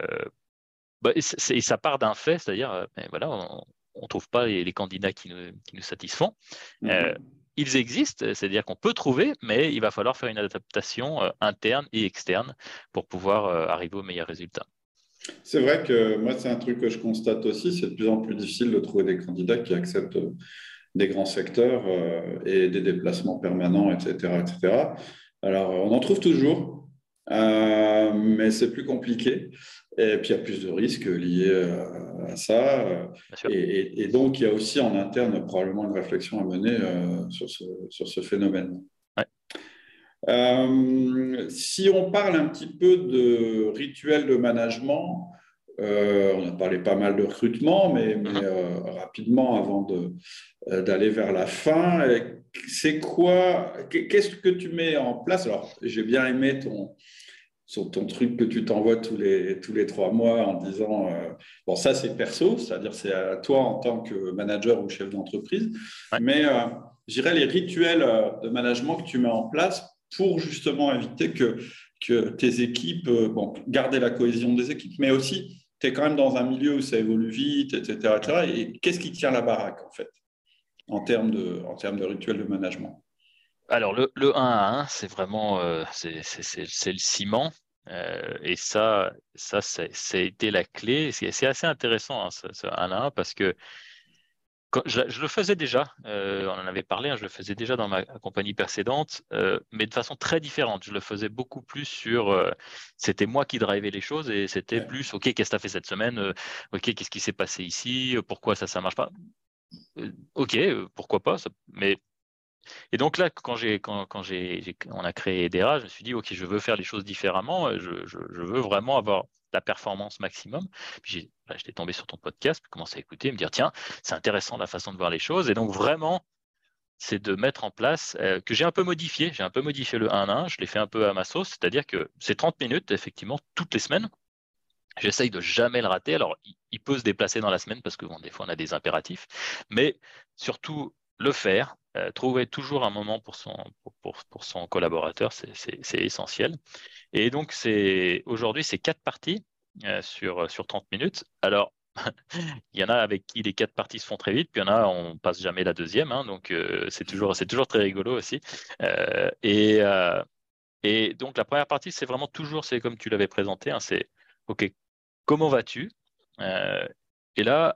et ça part d'un fait, c'est-à-dire, voilà, on trouve pas les candidats qui nous satisfont. Euh, Mhm. Ils existent, c'est-à-dire qu'on peut trouver, mais il va falloir faire une adaptation interne et externe pour pouvoir arriver aux meilleurs résultats. C'est vrai que moi, c'est un truc que je constate aussi, c'est de plus en plus difficile de trouver des candidats qui acceptent des grands secteurs et des déplacements permanents, etc., etc. Alors, on en trouve toujours, mais c'est plus compliqué. Et puis, il y a plus de risques liés à ça. Bien sûr. Et donc, il y a aussi en interne probablement une réflexion à mener sur ce phénomène. Ouais. Si on parle un petit peu de rituel de management, on a parlé pas mal de recrutement, mais Mhm. rapidement avant d'aller vers la fin, c'est quoi, qu'est-ce que tu mets en place? Alors, j'ai bien aimé ton truc que tu t'envoies tous les 3 mois en disant, bon, ça c'est perso, c'est-à-dire c'est à toi en tant que manager ou chef d'entreprise, Ouais. mais je dirais les rituels de management que tu mets en place pour justement éviter que tes équipes, bon, garder la cohésion des équipes, mais aussi tu es quand même dans un milieu où ça évolue vite, etc. Mhm. Et qu'est-ce qui tient la baraque en fait en termes de rituels de management? Alors, le 1 à 1, c'est vraiment c'est le ciment. Et ça a été la clé. C'est assez intéressant, hein, ce 1 à 1, parce que je le faisais déjà, on en avait parlé, hein, je le faisais déjà dans ma compagnie précédente, mais de façon très différente. Je le faisais beaucoup plus c'était moi qui drivais les choses et c'était Ouais. plus, OK, qu'est-ce que tu as fait cette semaine? OK, qu'est-ce qui s'est passé ici? Pourquoi ça marche pas? OK, pourquoi pas? Et donc là, on a créé Edera, je me suis dit, OK, je veux faire les choses différemment, je veux vraiment avoir la performance maximum. Puis j'étais tombé sur ton podcast, commencé à écouter, me dire, tiens, c'est intéressant la façon de voir les choses. Et donc vraiment, c'est de mettre en place, que j'ai un peu modifié. J'ai un peu modifié le 1 à 1, je l'ai fait un peu à ma sauce, c'est-à-dire que c'est 30 minutes, effectivement, toutes les semaines. J'essaye de jamais le rater. Alors, il peut se déplacer dans la semaine parce que bon, des fois, on a des impératifs, mais surtout le faire, trouver toujours un moment pour son collaborateur, c'est essentiel. Et donc, aujourd'hui, c'est 4 parties sur 30 minutes. Alors, il y en a avec qui les 4 parties se font très vite, puis il y en a, on passe jamais la deuxième, hein, donc c'est toujours très rigolo aussi. Euh, et, euh, et donc, la première partie, c'est vraiment toujours, c'est comme tu l'avais présenté, hein, c'est OK, comment vas-tu? Euh, et là,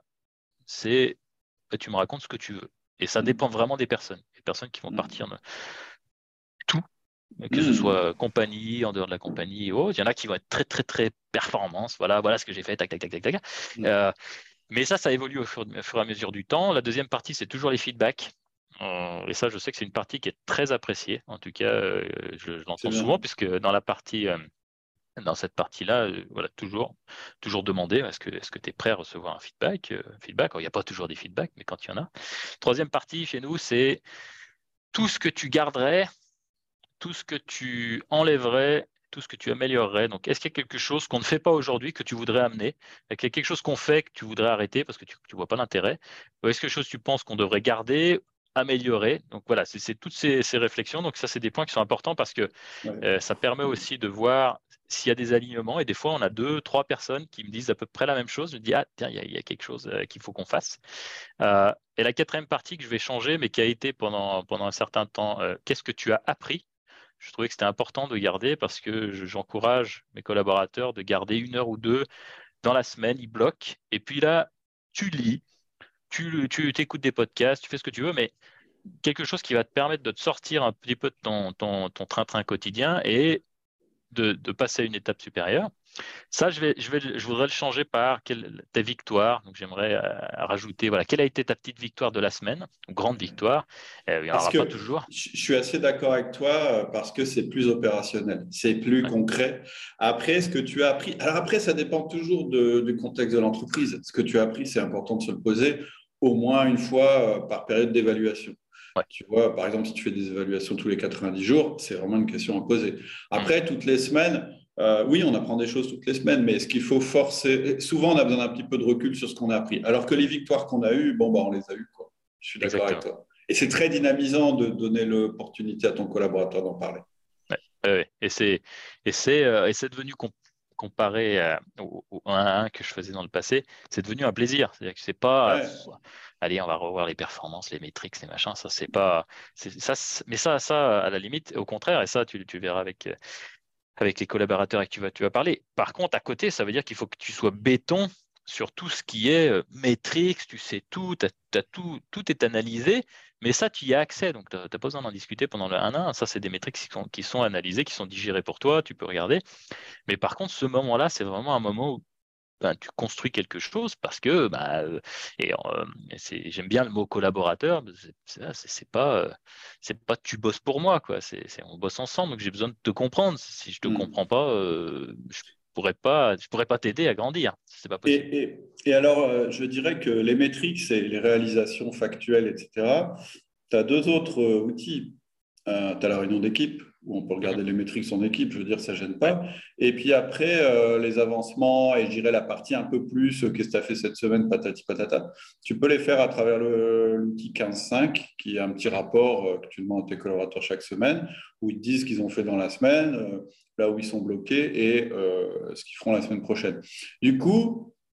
tu me racontes ce que tu veux. Et ça dépend vraiment des personnes. Les personnes qui vont partir de tout, que ce soit compagnie, en dehors de la compagnie, ou autre. Il y en a qui vont être très, très, très performance. Voilà ce que j'ai fait, tac, tac, tac, tac, tac. Mais ça évolue au fur et à mesure du temps. La deuxième partie, c'est toujours les feedbacks. Et ça, je sais que c'est une partie qui est très appréciée. En tout cas, je C'est l'entends souvent, bien. puisque dans cette partie-là, voilà, toujours demander est-ce que tu es prêt à recevoir un feedback. Alors, il n'y a pas toujours des feedbacks, mais quand il y en a. Troisième partie chez nous, c'est tout ce que tu garderais, tout ce que tu enlèverais, tout ce que tu améliorerais. Donc, est-ce qu'il y a quelque chose qu'on ne fait pas aujourd'hui que tu voudrais amener? Est-ce qu'il y a quelque chose qu'on fait que tu voudrais arrêter parce que tu ne vois pas l'intérêt? Ou est-ce quelque chose que tu penses qu'on devrait garder, améliorer? Donc voilà, c'est toutes ces réflexions. Donc ça, c'est des points qui sont importants parce que Ouais. ça permet aussi de voir s'il y a des alignements. Et des fois, on a 2, 3 personnes qui me disent à peu près la même chose. Je me dis, ah, tiens, il y a quelque chose qu'il faut qu'on fasse. Et la quatrième partie que je vais changer, mais qui a été pendant un certain temps, qu'est-ce que tu as appris? Je trouvais que c'était important de garder parce que j'encourage mes collaborateurs de garder 1 heure ou 2 dans la semaine, ils bloquent. Et puis là, tu lis, tu t'écoutes des podcasts, tu fais ce que tu veux, mais quelque chose qui va te permettre de te sortir un petit peu de ton train-train quotidien et de passer à une étape supérieure. Ça, je voudrais le changer par ta victoire. Donc, j'aimerais rajouter, voilà, quelle a été ta petite victoire de la semaine, ou grande victoire. Il n'y en Parce aura pas que toujours. je suis assez d'accord avec toi parce que c'est plus opérationnel, c'est plus Ouais, concret. Après, ce que tu as appris, alors après, ça dépend toujours du contexte de l'entreprise. Ce que tu as appris, c'est important de se le poser au moins une fois par période d'évaluation. ouais. Tu vois, par exemple, si tu fais des évaluations tous les 90 jours, c'est vraiment une question à poser. Hmm, Après, toutes les semaines, oui, on apprend des choses toutes les semaines, mais ce qu'il faut forcer, souvent, on a besoin d'un petit peu de recul sur ce qu'on a appris. Alors que les victoires qu'on a eues, bon, bah, on les a eues, quoi. Je suis d'accord avec exactement. toi. Et c'est très dynamisant de donner l'opportunité à ton collaborateur d'en parler. Ouais, ouais, ouais. Et c'est devenu comparé au 1 à 1 que je faisais dans le passé, c'est devenu un plaisir. C'est-à-dire que c'est pas, Ouais. allez, on va revoir les performances, les métriques, les machins. Ça, c'est pas, mais ça, à la limite, au contraire, et ça, tu verras avec les collaborateurs avec qui tu vas parler. Par contre, à côté, ça veut dire qu'il faut que tu sois béton sur tout ce qui est métriques, tu sais tout, tout est analysé, mais ça, tu y as accès, donc tu n'as pas besoin d'en discuter pendant le 1 à 1. Ça, c'est des métriques qui sont analysées, qui sont digérées pour toi, tu peux regarder. Mais par contre, ce moment-là, c'est vraiment un moment où ben, tu construis quelque chose parce que j'aime bien le mot collaborateur. C'est pas tu bosses pour moi, quoi. On bosse ensemble, donc j'ai besoin de te comprendre. Si je te Hmm. comprends pas, je pourrais pas t'aider à grandir. C'est pas possible. Et alors, je dirais que les métriques, c'est les réalisations factuelles, etc. Tu as deux autres outils. Tu as la réunion d'équipe, où on peut Mhm. regarder les métriques en équipe, je veux dire, ça ne gêne Ouais, pas. Et puis après, les avancements, et je dirais la partie un peu plus, qu'est-ce que tu as fait cette semaine, patati patata. Tu peux les faire à travers l'outil 15.5, qui est un petit rapport que tu demandes à tes collaborateurs chaque semaine, où ils te disent ce qu'ils ont fait dans la semaine, là où ils sont bloqués, et ce qu'ils feront la semaine prochaine. Du coup,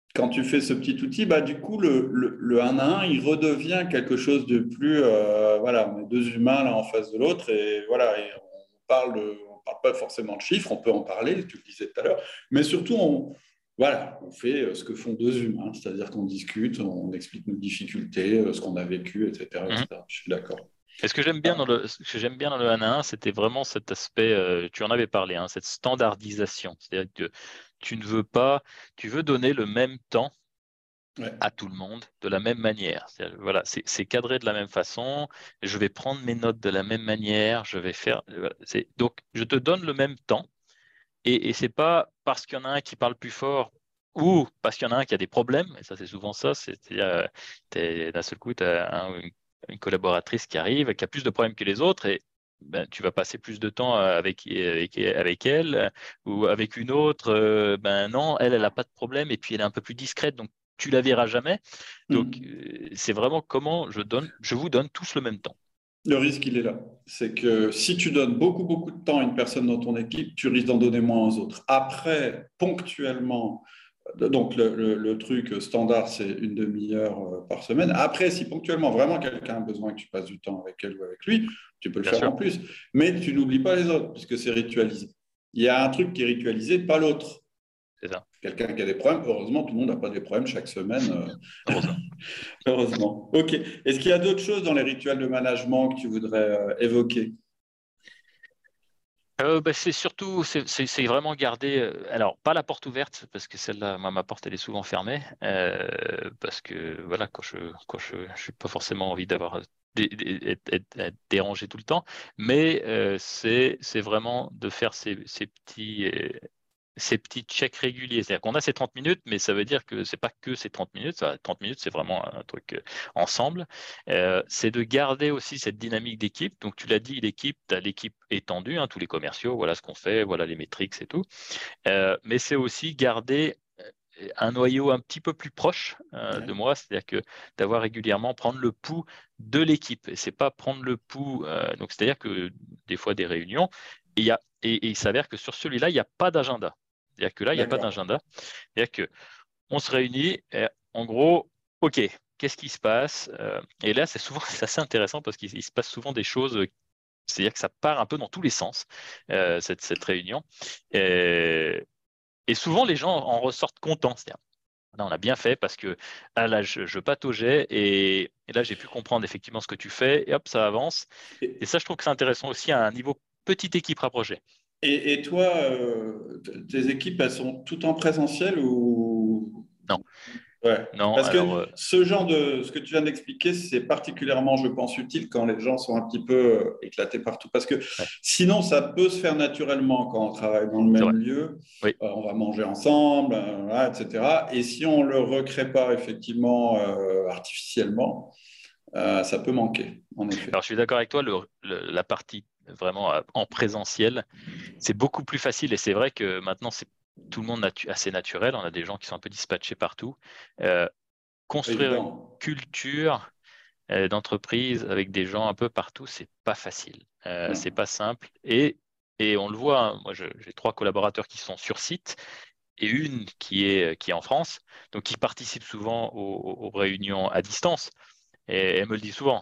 quand tu fais ce petit outil, du coup, le 1 à 1, il redevient quelque chose de plus. Voilà, on est deux humains l'un en face de l'autre et voilà, et on parle pas forcément de chiffres, on peut en parler, tu le disais tout à l'heure, mais surtout, voilà, on fait ce que font deux humains, c'est-à-dire qu'on discute, on explique nos difficultés, ce qu'on a vécu, etc., Mhm. etc. Je suis d'accord. Et ce que j'aime bien ce que j'aime bien dans le 1 à 1, c'était vraiment cet aspect, tu en avais parlé, hein, cette standardisation. C'est-à-dire que tu ne veux pas, tu veux donner le même temps Ouais. à tout le monde de la même manière. Voilà, c'est cadré de la même façon. Je vais prendre mes notes de la même manière. Je vais faire. Voilà, donc, je te donne le même temps. Et c'est pas parce qu'il y en a un qui parle plus fort ou parce qu'il y en a un qui a des problèmes. Et ça, c'est souvent ça. D'un seul coup, tu as une collaboratrice qui arrive, qui a plus de problèmes que les autres. Et ben, tu vas passer plus de temps avec elle ou avec une autre. Ben non, elle n'a pas de problème et puis elle est un peu plus discrète. Donc, tu la verras jamais. Donc, Mm. c'est vraiment comment je vous donne tous le même temps. Le risque, il est là. C'est que si tu donnes beaucoup, beaucoup de temps à une personne dans ton équipe, tu risques d'en donner moins aux autres. Après, ponctuellement, donc le truc standard, c'est une demi-heure par semaine. Après, si ponctuellement, vraiment quelqu'un a besoin que tu passes du temps avec elle ou avec lui, tu peux le Bien faire sûr, en plus. Mais tu n'oublies pas les autres, puisque c'est ritualisé. Il y a un truc qui est ritualisé, pas l'autre. c'est ça. Quelqu'un qui a des problèmes, heureusement, tout le monde n'a pas des problèmes chaque semaine. Heureusement. Heureusement. OK. Est-ce qu'il y a d'autres choses dans les rituels de management que tu voudrais évoquer? C'est surtout, c'est vraiment garder, alors pas la porte ouverte, parce que celle-là, moi, ma porte, elle est souvent fermée, parce que voilà, je suis pas forcément envie d'avoir être dérangé tout le temps, mais c'est vraiment de faire ces petits checks réguliers. C'est-à-dire qu'on a ces 30 minutes, mais ça veut dire que c'est pas que ces 30 minutes. 30 minutes, c'est vraiment un truc ensemble. C'est de garder aussi cette dynamique d'équipe. Donc, tu l'as dit, l'équipe, tu as l'équipe étendue, hein, tous les commerciaux, voilà ce qu'on fait, voilà les métriques et tout. Mais c'est aussi garder un noyau un petit peu plus proche de Ouais. moi, c'est-à-dire que d'avoir régulièrement prendre le pouls de l'équipe. Et c'est pas prendre le pouls. Donc, c'est-à-dire que des fois des réunions, et il s'avère que sur celui-là, il n'y a pas d'agenda. C'est-à-dire que là, il n'y a pas D'accord. d'agenda. C'est-à-dire que on se réunit, et en gros, OK, qu'est-ce qui se passe? Et là, c'est souvent c'est assez intéressant parce qu'il se passe souvent des choses, c'est-à-dire que ça part un peu dans tous les sens, cette réunion. Et, et souvent, les gens en ressortent contents. C'est-à-dire, là, on a bien fait parce que là, je pataugeais et là, j'ai pu comprendre effectivement ce que tu fais et hop, ça avance. Et Et, ça, je trouve que c'est intéressant aussi à un niveau petite équipe rapprochée. et toi, tes équipes, elles sont toutes en présentiel ou... Non, Ouais. non, Parce alors, que ce que tu viens d'expliquer, c'est particulièrement, je pense, utile quand les gens sont un petit peu éclatés partout. Parce que ouais, sinon, ça peut se faire naturellement quand on travaille dans le c'est même vrai. lieu. Oui. On va manger ensemble, voilà, etc. Et si on ne le recrée pas effectivement artificiellement, ça peut manquer, en Alors, effet. je suis d'accord avec toi, la partie vraiment en présentiel, c'est beaucoup plus facile et c'est vrai que maintenant, c'est tout le monde assez naturel. On a des gens qui sont un peu dispatchés partout. Euh, Pas Construire une évident. culture d'entreprise avec des gens un peu partout, c'est pas facile. C'est Non. pas simple. Et on le voit, hein, moi, j'ai trois collaborateurs qui sont sur site et une qui est en France, donc qui participe souvent aux réunions à distance. Et elle me le dit souvent.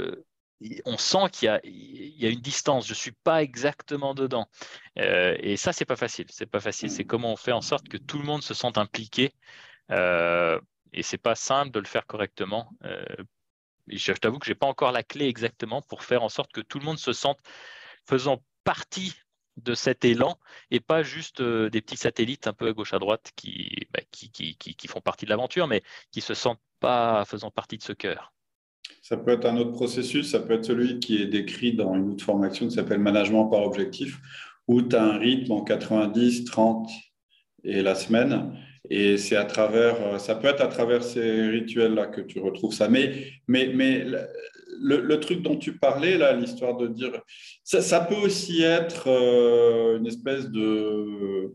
On sent qu'il y a une distance. Je suis pas exactement dedans. Et ça, c'est pas facile. C'est pas facile. C'est Non. comment on fait en sorte que tout le monde se sente impliqué. Euh, et c'est pas simple de le faire correctement. Et je t'avoue que j'ai pas encore la clé exactement pour faire en sorte que tout le monde se sente faisant partie de cet élan et pas juste des petits satellites un peu à gauche à droite qui font partie de l'aventure, mais qui se sentent pas faisant partie de ce cœur. Ça peut être un autre processus, ça peut être celui qui est décrit dans une autre formation qui s'appelle management par objectif, où tu as un rythme en 90, 30 et la semaine. Et c'est à travers, ça peut être à travers ces rituels-là que tu retrouves ça. Mais le truc dont tu parlais, là, l'histoire de dire, ça peut aussi être une espèce de,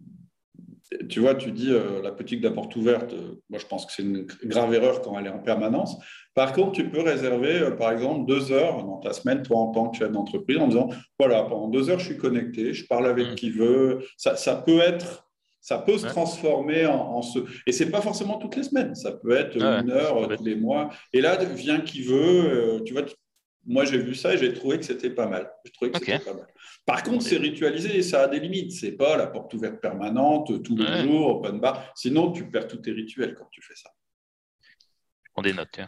tu vois, tu dis la politique de la porte ouverte. Moi, je pense que c'est une grave erreur quand elle est en permanence. Par contre, tu peux réserver, par exemple, 2 heures dans ta semaine, toi, en tant que chef d'entreprise, en disant, voilà, pendant 2 heures, je suis connecté, je parle avec Hmm. qui veut. Ça peut être, Ça peut se transformer en ce… Et ce n'est pas forcément toutes les semaines. Ça peut être une heure tous les mois. Et là, vient qui veut. Tu vois, moi, j'ai vu ça et j'ai trouvé que c'était pas mal. Par contre, c'est ritualisé et ça a des limites. Ce n'est pas la porte ouverte permanente, tous les jours, open bar. Sinon, tu perds tous tes rituels quand tu fais ça. On des notes.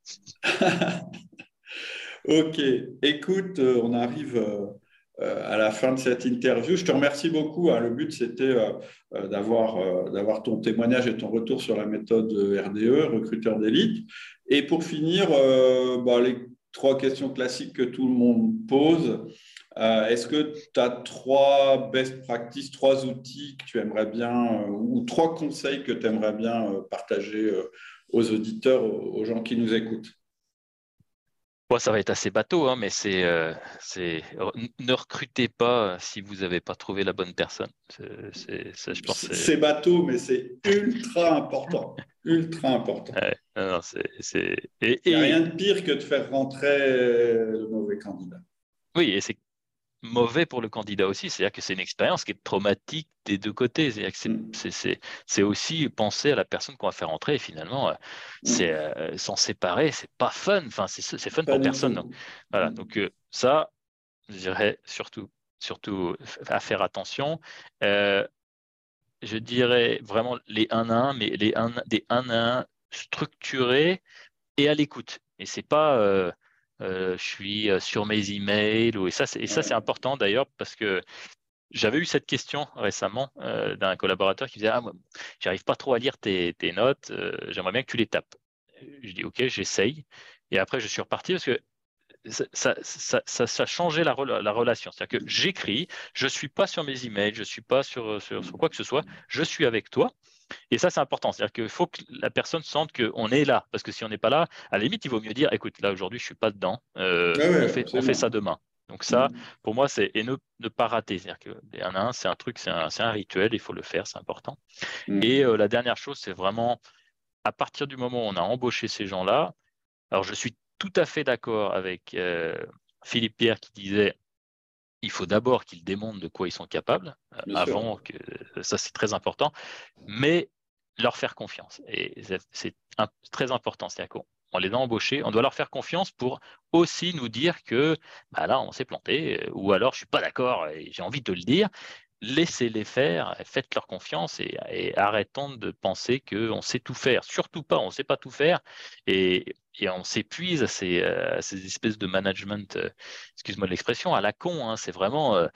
Ok. Écoute, on arrive… à la fin de cette interview. Je te remercie beaucoup. Le but, c'était d'avoir ton témoignage et ton retour sur la méthode RDE, recruteur d'élite. Et pour finir, les 3 questions classiques que tout le monde pose. Est-ce que tu as 3 best practices, 3 outils que tu aimerais bien, ou 3 conseils que tu aimerais bien partager aux auditeurs, aux gens qui nous écoutent? Bon, ça va être assez bateau, mais c'est ne recrutez pas si vous n'avez pas trouvé la bonne personne. Je pense c'est bateau, mais c'est ultra important. Ultra important. Non, il n'y a rien de pire que de faire rentrer le mauvais candidat. Oui, et c'est mauvais pour le candidat aussi, c'est-à-dire que c'est une expérience qui est traumatique des 2 côtés. C'est-à-dire que c'est aussi penser à la personne qu'on va faire rentrer et finalement, s'en séparer, c'est pas fun. Enfin, c'est fun pour personne. Donc, voilà. Donc ça, je dirais surtout à faire attention. Je dirais vraiment les 1 à 1, mais des 1 à 1 structurés et à l'écoute. Et c'est pas je suis sur mes emails et ça c'est important d'ailleurs parce que j'avais eu cette question récemment d'un collaborateur qui disait moi, j'arrive pas trop à lire tes notes, j'aimerais bien que tu les tapes. Je dis ok, j'essaye et après je suis reparti parce que ça changeait la relation. C'est-à-dire que j'écris, je suis pas sur mes emails, je suis pas sur quoi que ce soit, je suis avec toi. Et ça, c'est important. C'est-à-dire qu'il faut que la personne sente qu'on est là. Parce que si on n'est pas là, à la limite, il vaut mieux dire, écoute, là, aujourd'hui, je ne suis pas dedans. On fait ça demain. Donc ça, pour moi, c'est et ne pas rater. C'est-à-dire que les 1 à 1, c'est un truc, c'est un rituel, il faut le faire, c'est important. Et la dernière chose, c'est vraiment, à partir du moment où on a embauché ces gens-là, alors je suis tout à fait d'accord avec Philippe Pierre qui disait, il faut d'abord qu'ils démontrent de quoi ils sont capables, avant que ça, c'est très important. Mais leur faire confiance. Et c'est très important. C'est-à-dire qu'on les a embauchés, on doit leur faire confiance pour aussi nous dire que là, on s'est planté, ou alors je ne suis pas d'accord et j'ai envie de le dire. Laissez-les faire, faites-leur confiance et arrêtons de penser qu'on sait tout faire. Surtout pas, on ne sait pas tout faire et on s'épuise à ces espèces de management, excuse-moi de l'expression, à la con. C'est vraiment,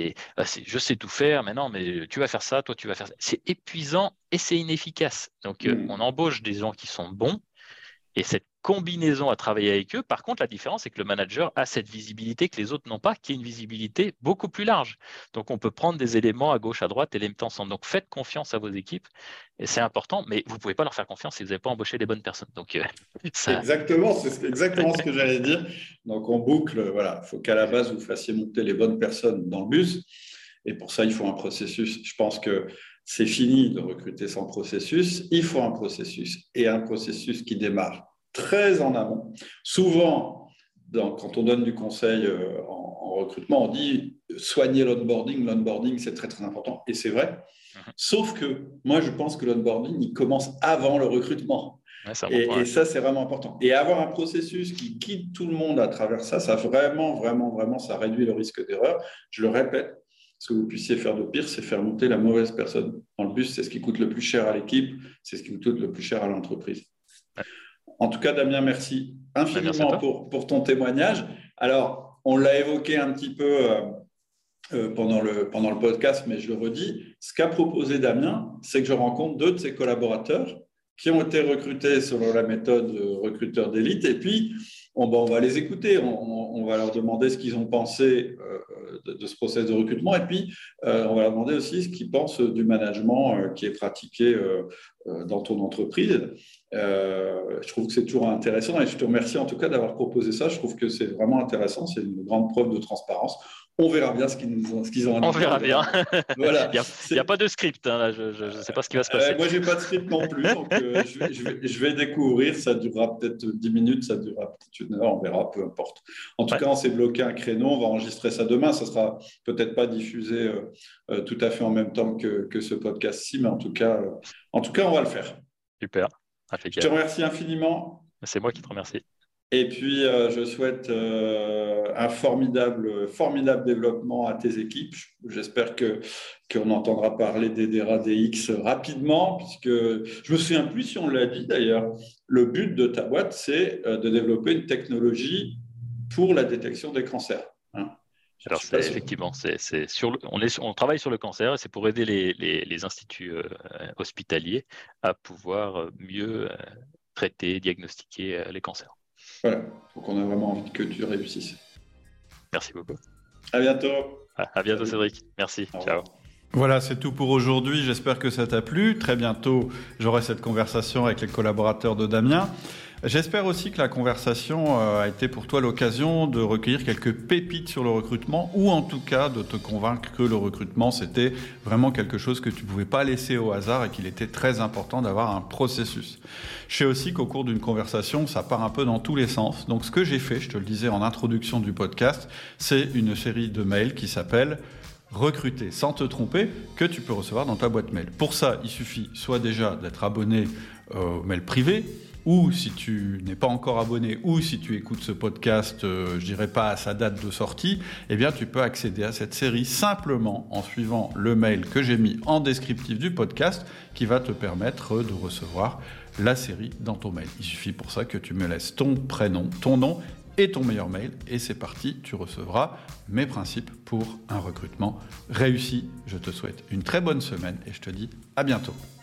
je sais tout faire, mais non, mais tu vas faire ça, toi tu vas faire ça. C'est épuisant et c'est inefficace. Donc on embauche des gens qui sont bons et cette combinaison à travailler avec eux. Par contre, la différence, c'est que le manager a cette visibilité que les autres n'ont pas, qui est une visibilité beaucoup plus large. Donc, on peut prendre des éléments à gauche, à droite et les mettre ensemble. Donc, faites confiance à vos équipes. Et c'est important, mais vous ne pouvez pas leur faire confiance si vous n'avez pas embauché les bonnes personnes. Donc, Exactement, c'est exactement ce que j'allais dire. Donc, on boucle. Voilà, il faut qu'à la base, vous fassiez monter les bonnes personnes dans le bus. Et pour ça, il faut un processus. Je pense que c'est fini de recruter sans processus. Il faut un processus et un processus qui démarre très en amont. Souvent, quand on donne du conseil en recrutement, on dit soigner l'onboarding. L'onboarding, c'est très, très important. Et c'est vrai. Sauf que moi, je pense que l'onboarding, il commence avant le recrutement. Et ça, c'est vraiment important. Et avoir un processus qui guide tout le monde à travers ça, ça vraiment, ça réduit le risque d'erreur. Je le répète, ce que vous puissiez faire de pire, c'est faire monter la mauvaise personne dans le bus. C'est ce qui coûte le plus cher à l'équipe, c'est ce qui coûte le plus cher à l'entreprise. En tout cas, Damien, merci infiniment pour ton témoignage. Alors, on l'a évoqué un petit peu pendant le podcast, mais je le redis. Ce qu'a proposé Damien, c'est que je rencontre 2 de ses collaborateurs qui ont été recrutés selon la méthode recruteur d'élite. Et puis, on va les écouter. On va leur demander ce qu'ils ont pensé de ce process de recrutement. Et puis, on va leur demander aussi ce qu'ils pensent du management qui est pratiqué dans ton entreprise. Je trouve que c'est toujours intéressant et je te remercie en tout cas d'avoir proposé ça. Je trouve que c'est vraiment intéressant. C'est une grande preuve de transparence. On verra bien ce qu'ils ont à nous dire. On verra bien. Voilà. Il n'y a pas de script, hein, là. Je ne sais pas ce qui va se passer. Moi, je n'ai pas de script non plus, donc je vais découvrir. Ça durera peut-être 10 minutes, ça durera peut-être 1 heure, on verra, peu importe. En tout cas, on s'est bloqué un créneau, on va enregistrer ça demain. Ça ne sera peut-être pas diffusé tout à fait en même temps que ce podcast-ci, mais en tout cas, on va le faire. Super. Je te remercie infiniment. C'est moi qui te remercie. Et puis, je souhaite un formidable développement à tes équipes. J'espère qu'on entendra parler d'Edera DX rapidement, puisque je ne me souviens plus si on l'a dit d'ailleurs. Le but de ta boîte, c'est de développer une technologie pour la détection des cancers. Alors, effectivement, on travaille sur le cancer et c'est pour aider les instituts hospitaliers à pouvoir mieux traiter, diagnostiquer les cancers. Voilà, donc on a vraiment envie que tu réussisses. Merci beaucoup. À bientôt. À bientôt, Cédric. Merci. Ciao. Voilà, c'est tout pour aujourd'hui. J'espère que ça t'a plu. Très bientôt, j'aurai cette conversation avec les collaborateurs de Damien. J'espère aussi que la conversation a été pour toi l'occasion de recueillir quelques pépites sur le recrutement ou en tout cas de te convaincre que le recrutement, c'était vraiment quelque chose que tu ne pouvais pas laisser au hasard et qu'il était très important d'avoir un processus. Je sais aussi qu'au cours d'une conversation, ça part un peu dans tous les sens. Donc ce que j'ai fait, je te le disais en introduction du podcast, c'est une série de mails qui s'appelle « Recruter sans te tromper » que tu peux recevoir dans ta boîte mail. Pour ça, il suffit soit déjà d'être abonné au mail privé, ou si tu n'es pas encore abonné, ou si tu écoutes ce podcast, je dirais pas à sa date de sortie, eh bien tu peux accéder à cette série simplement en suivant le mail que j'ai mis en descriptif du podcast qui va te permettre de recevoir la série dans ton mail. Il suffit pour ça que tu me laisses ton prénom, ton nom et ton meilleur mail et c'est parti, tu recevras mes principes pour un recrutement réussi. Je te souhaite une très bonne semaine et je te dis à bientôt.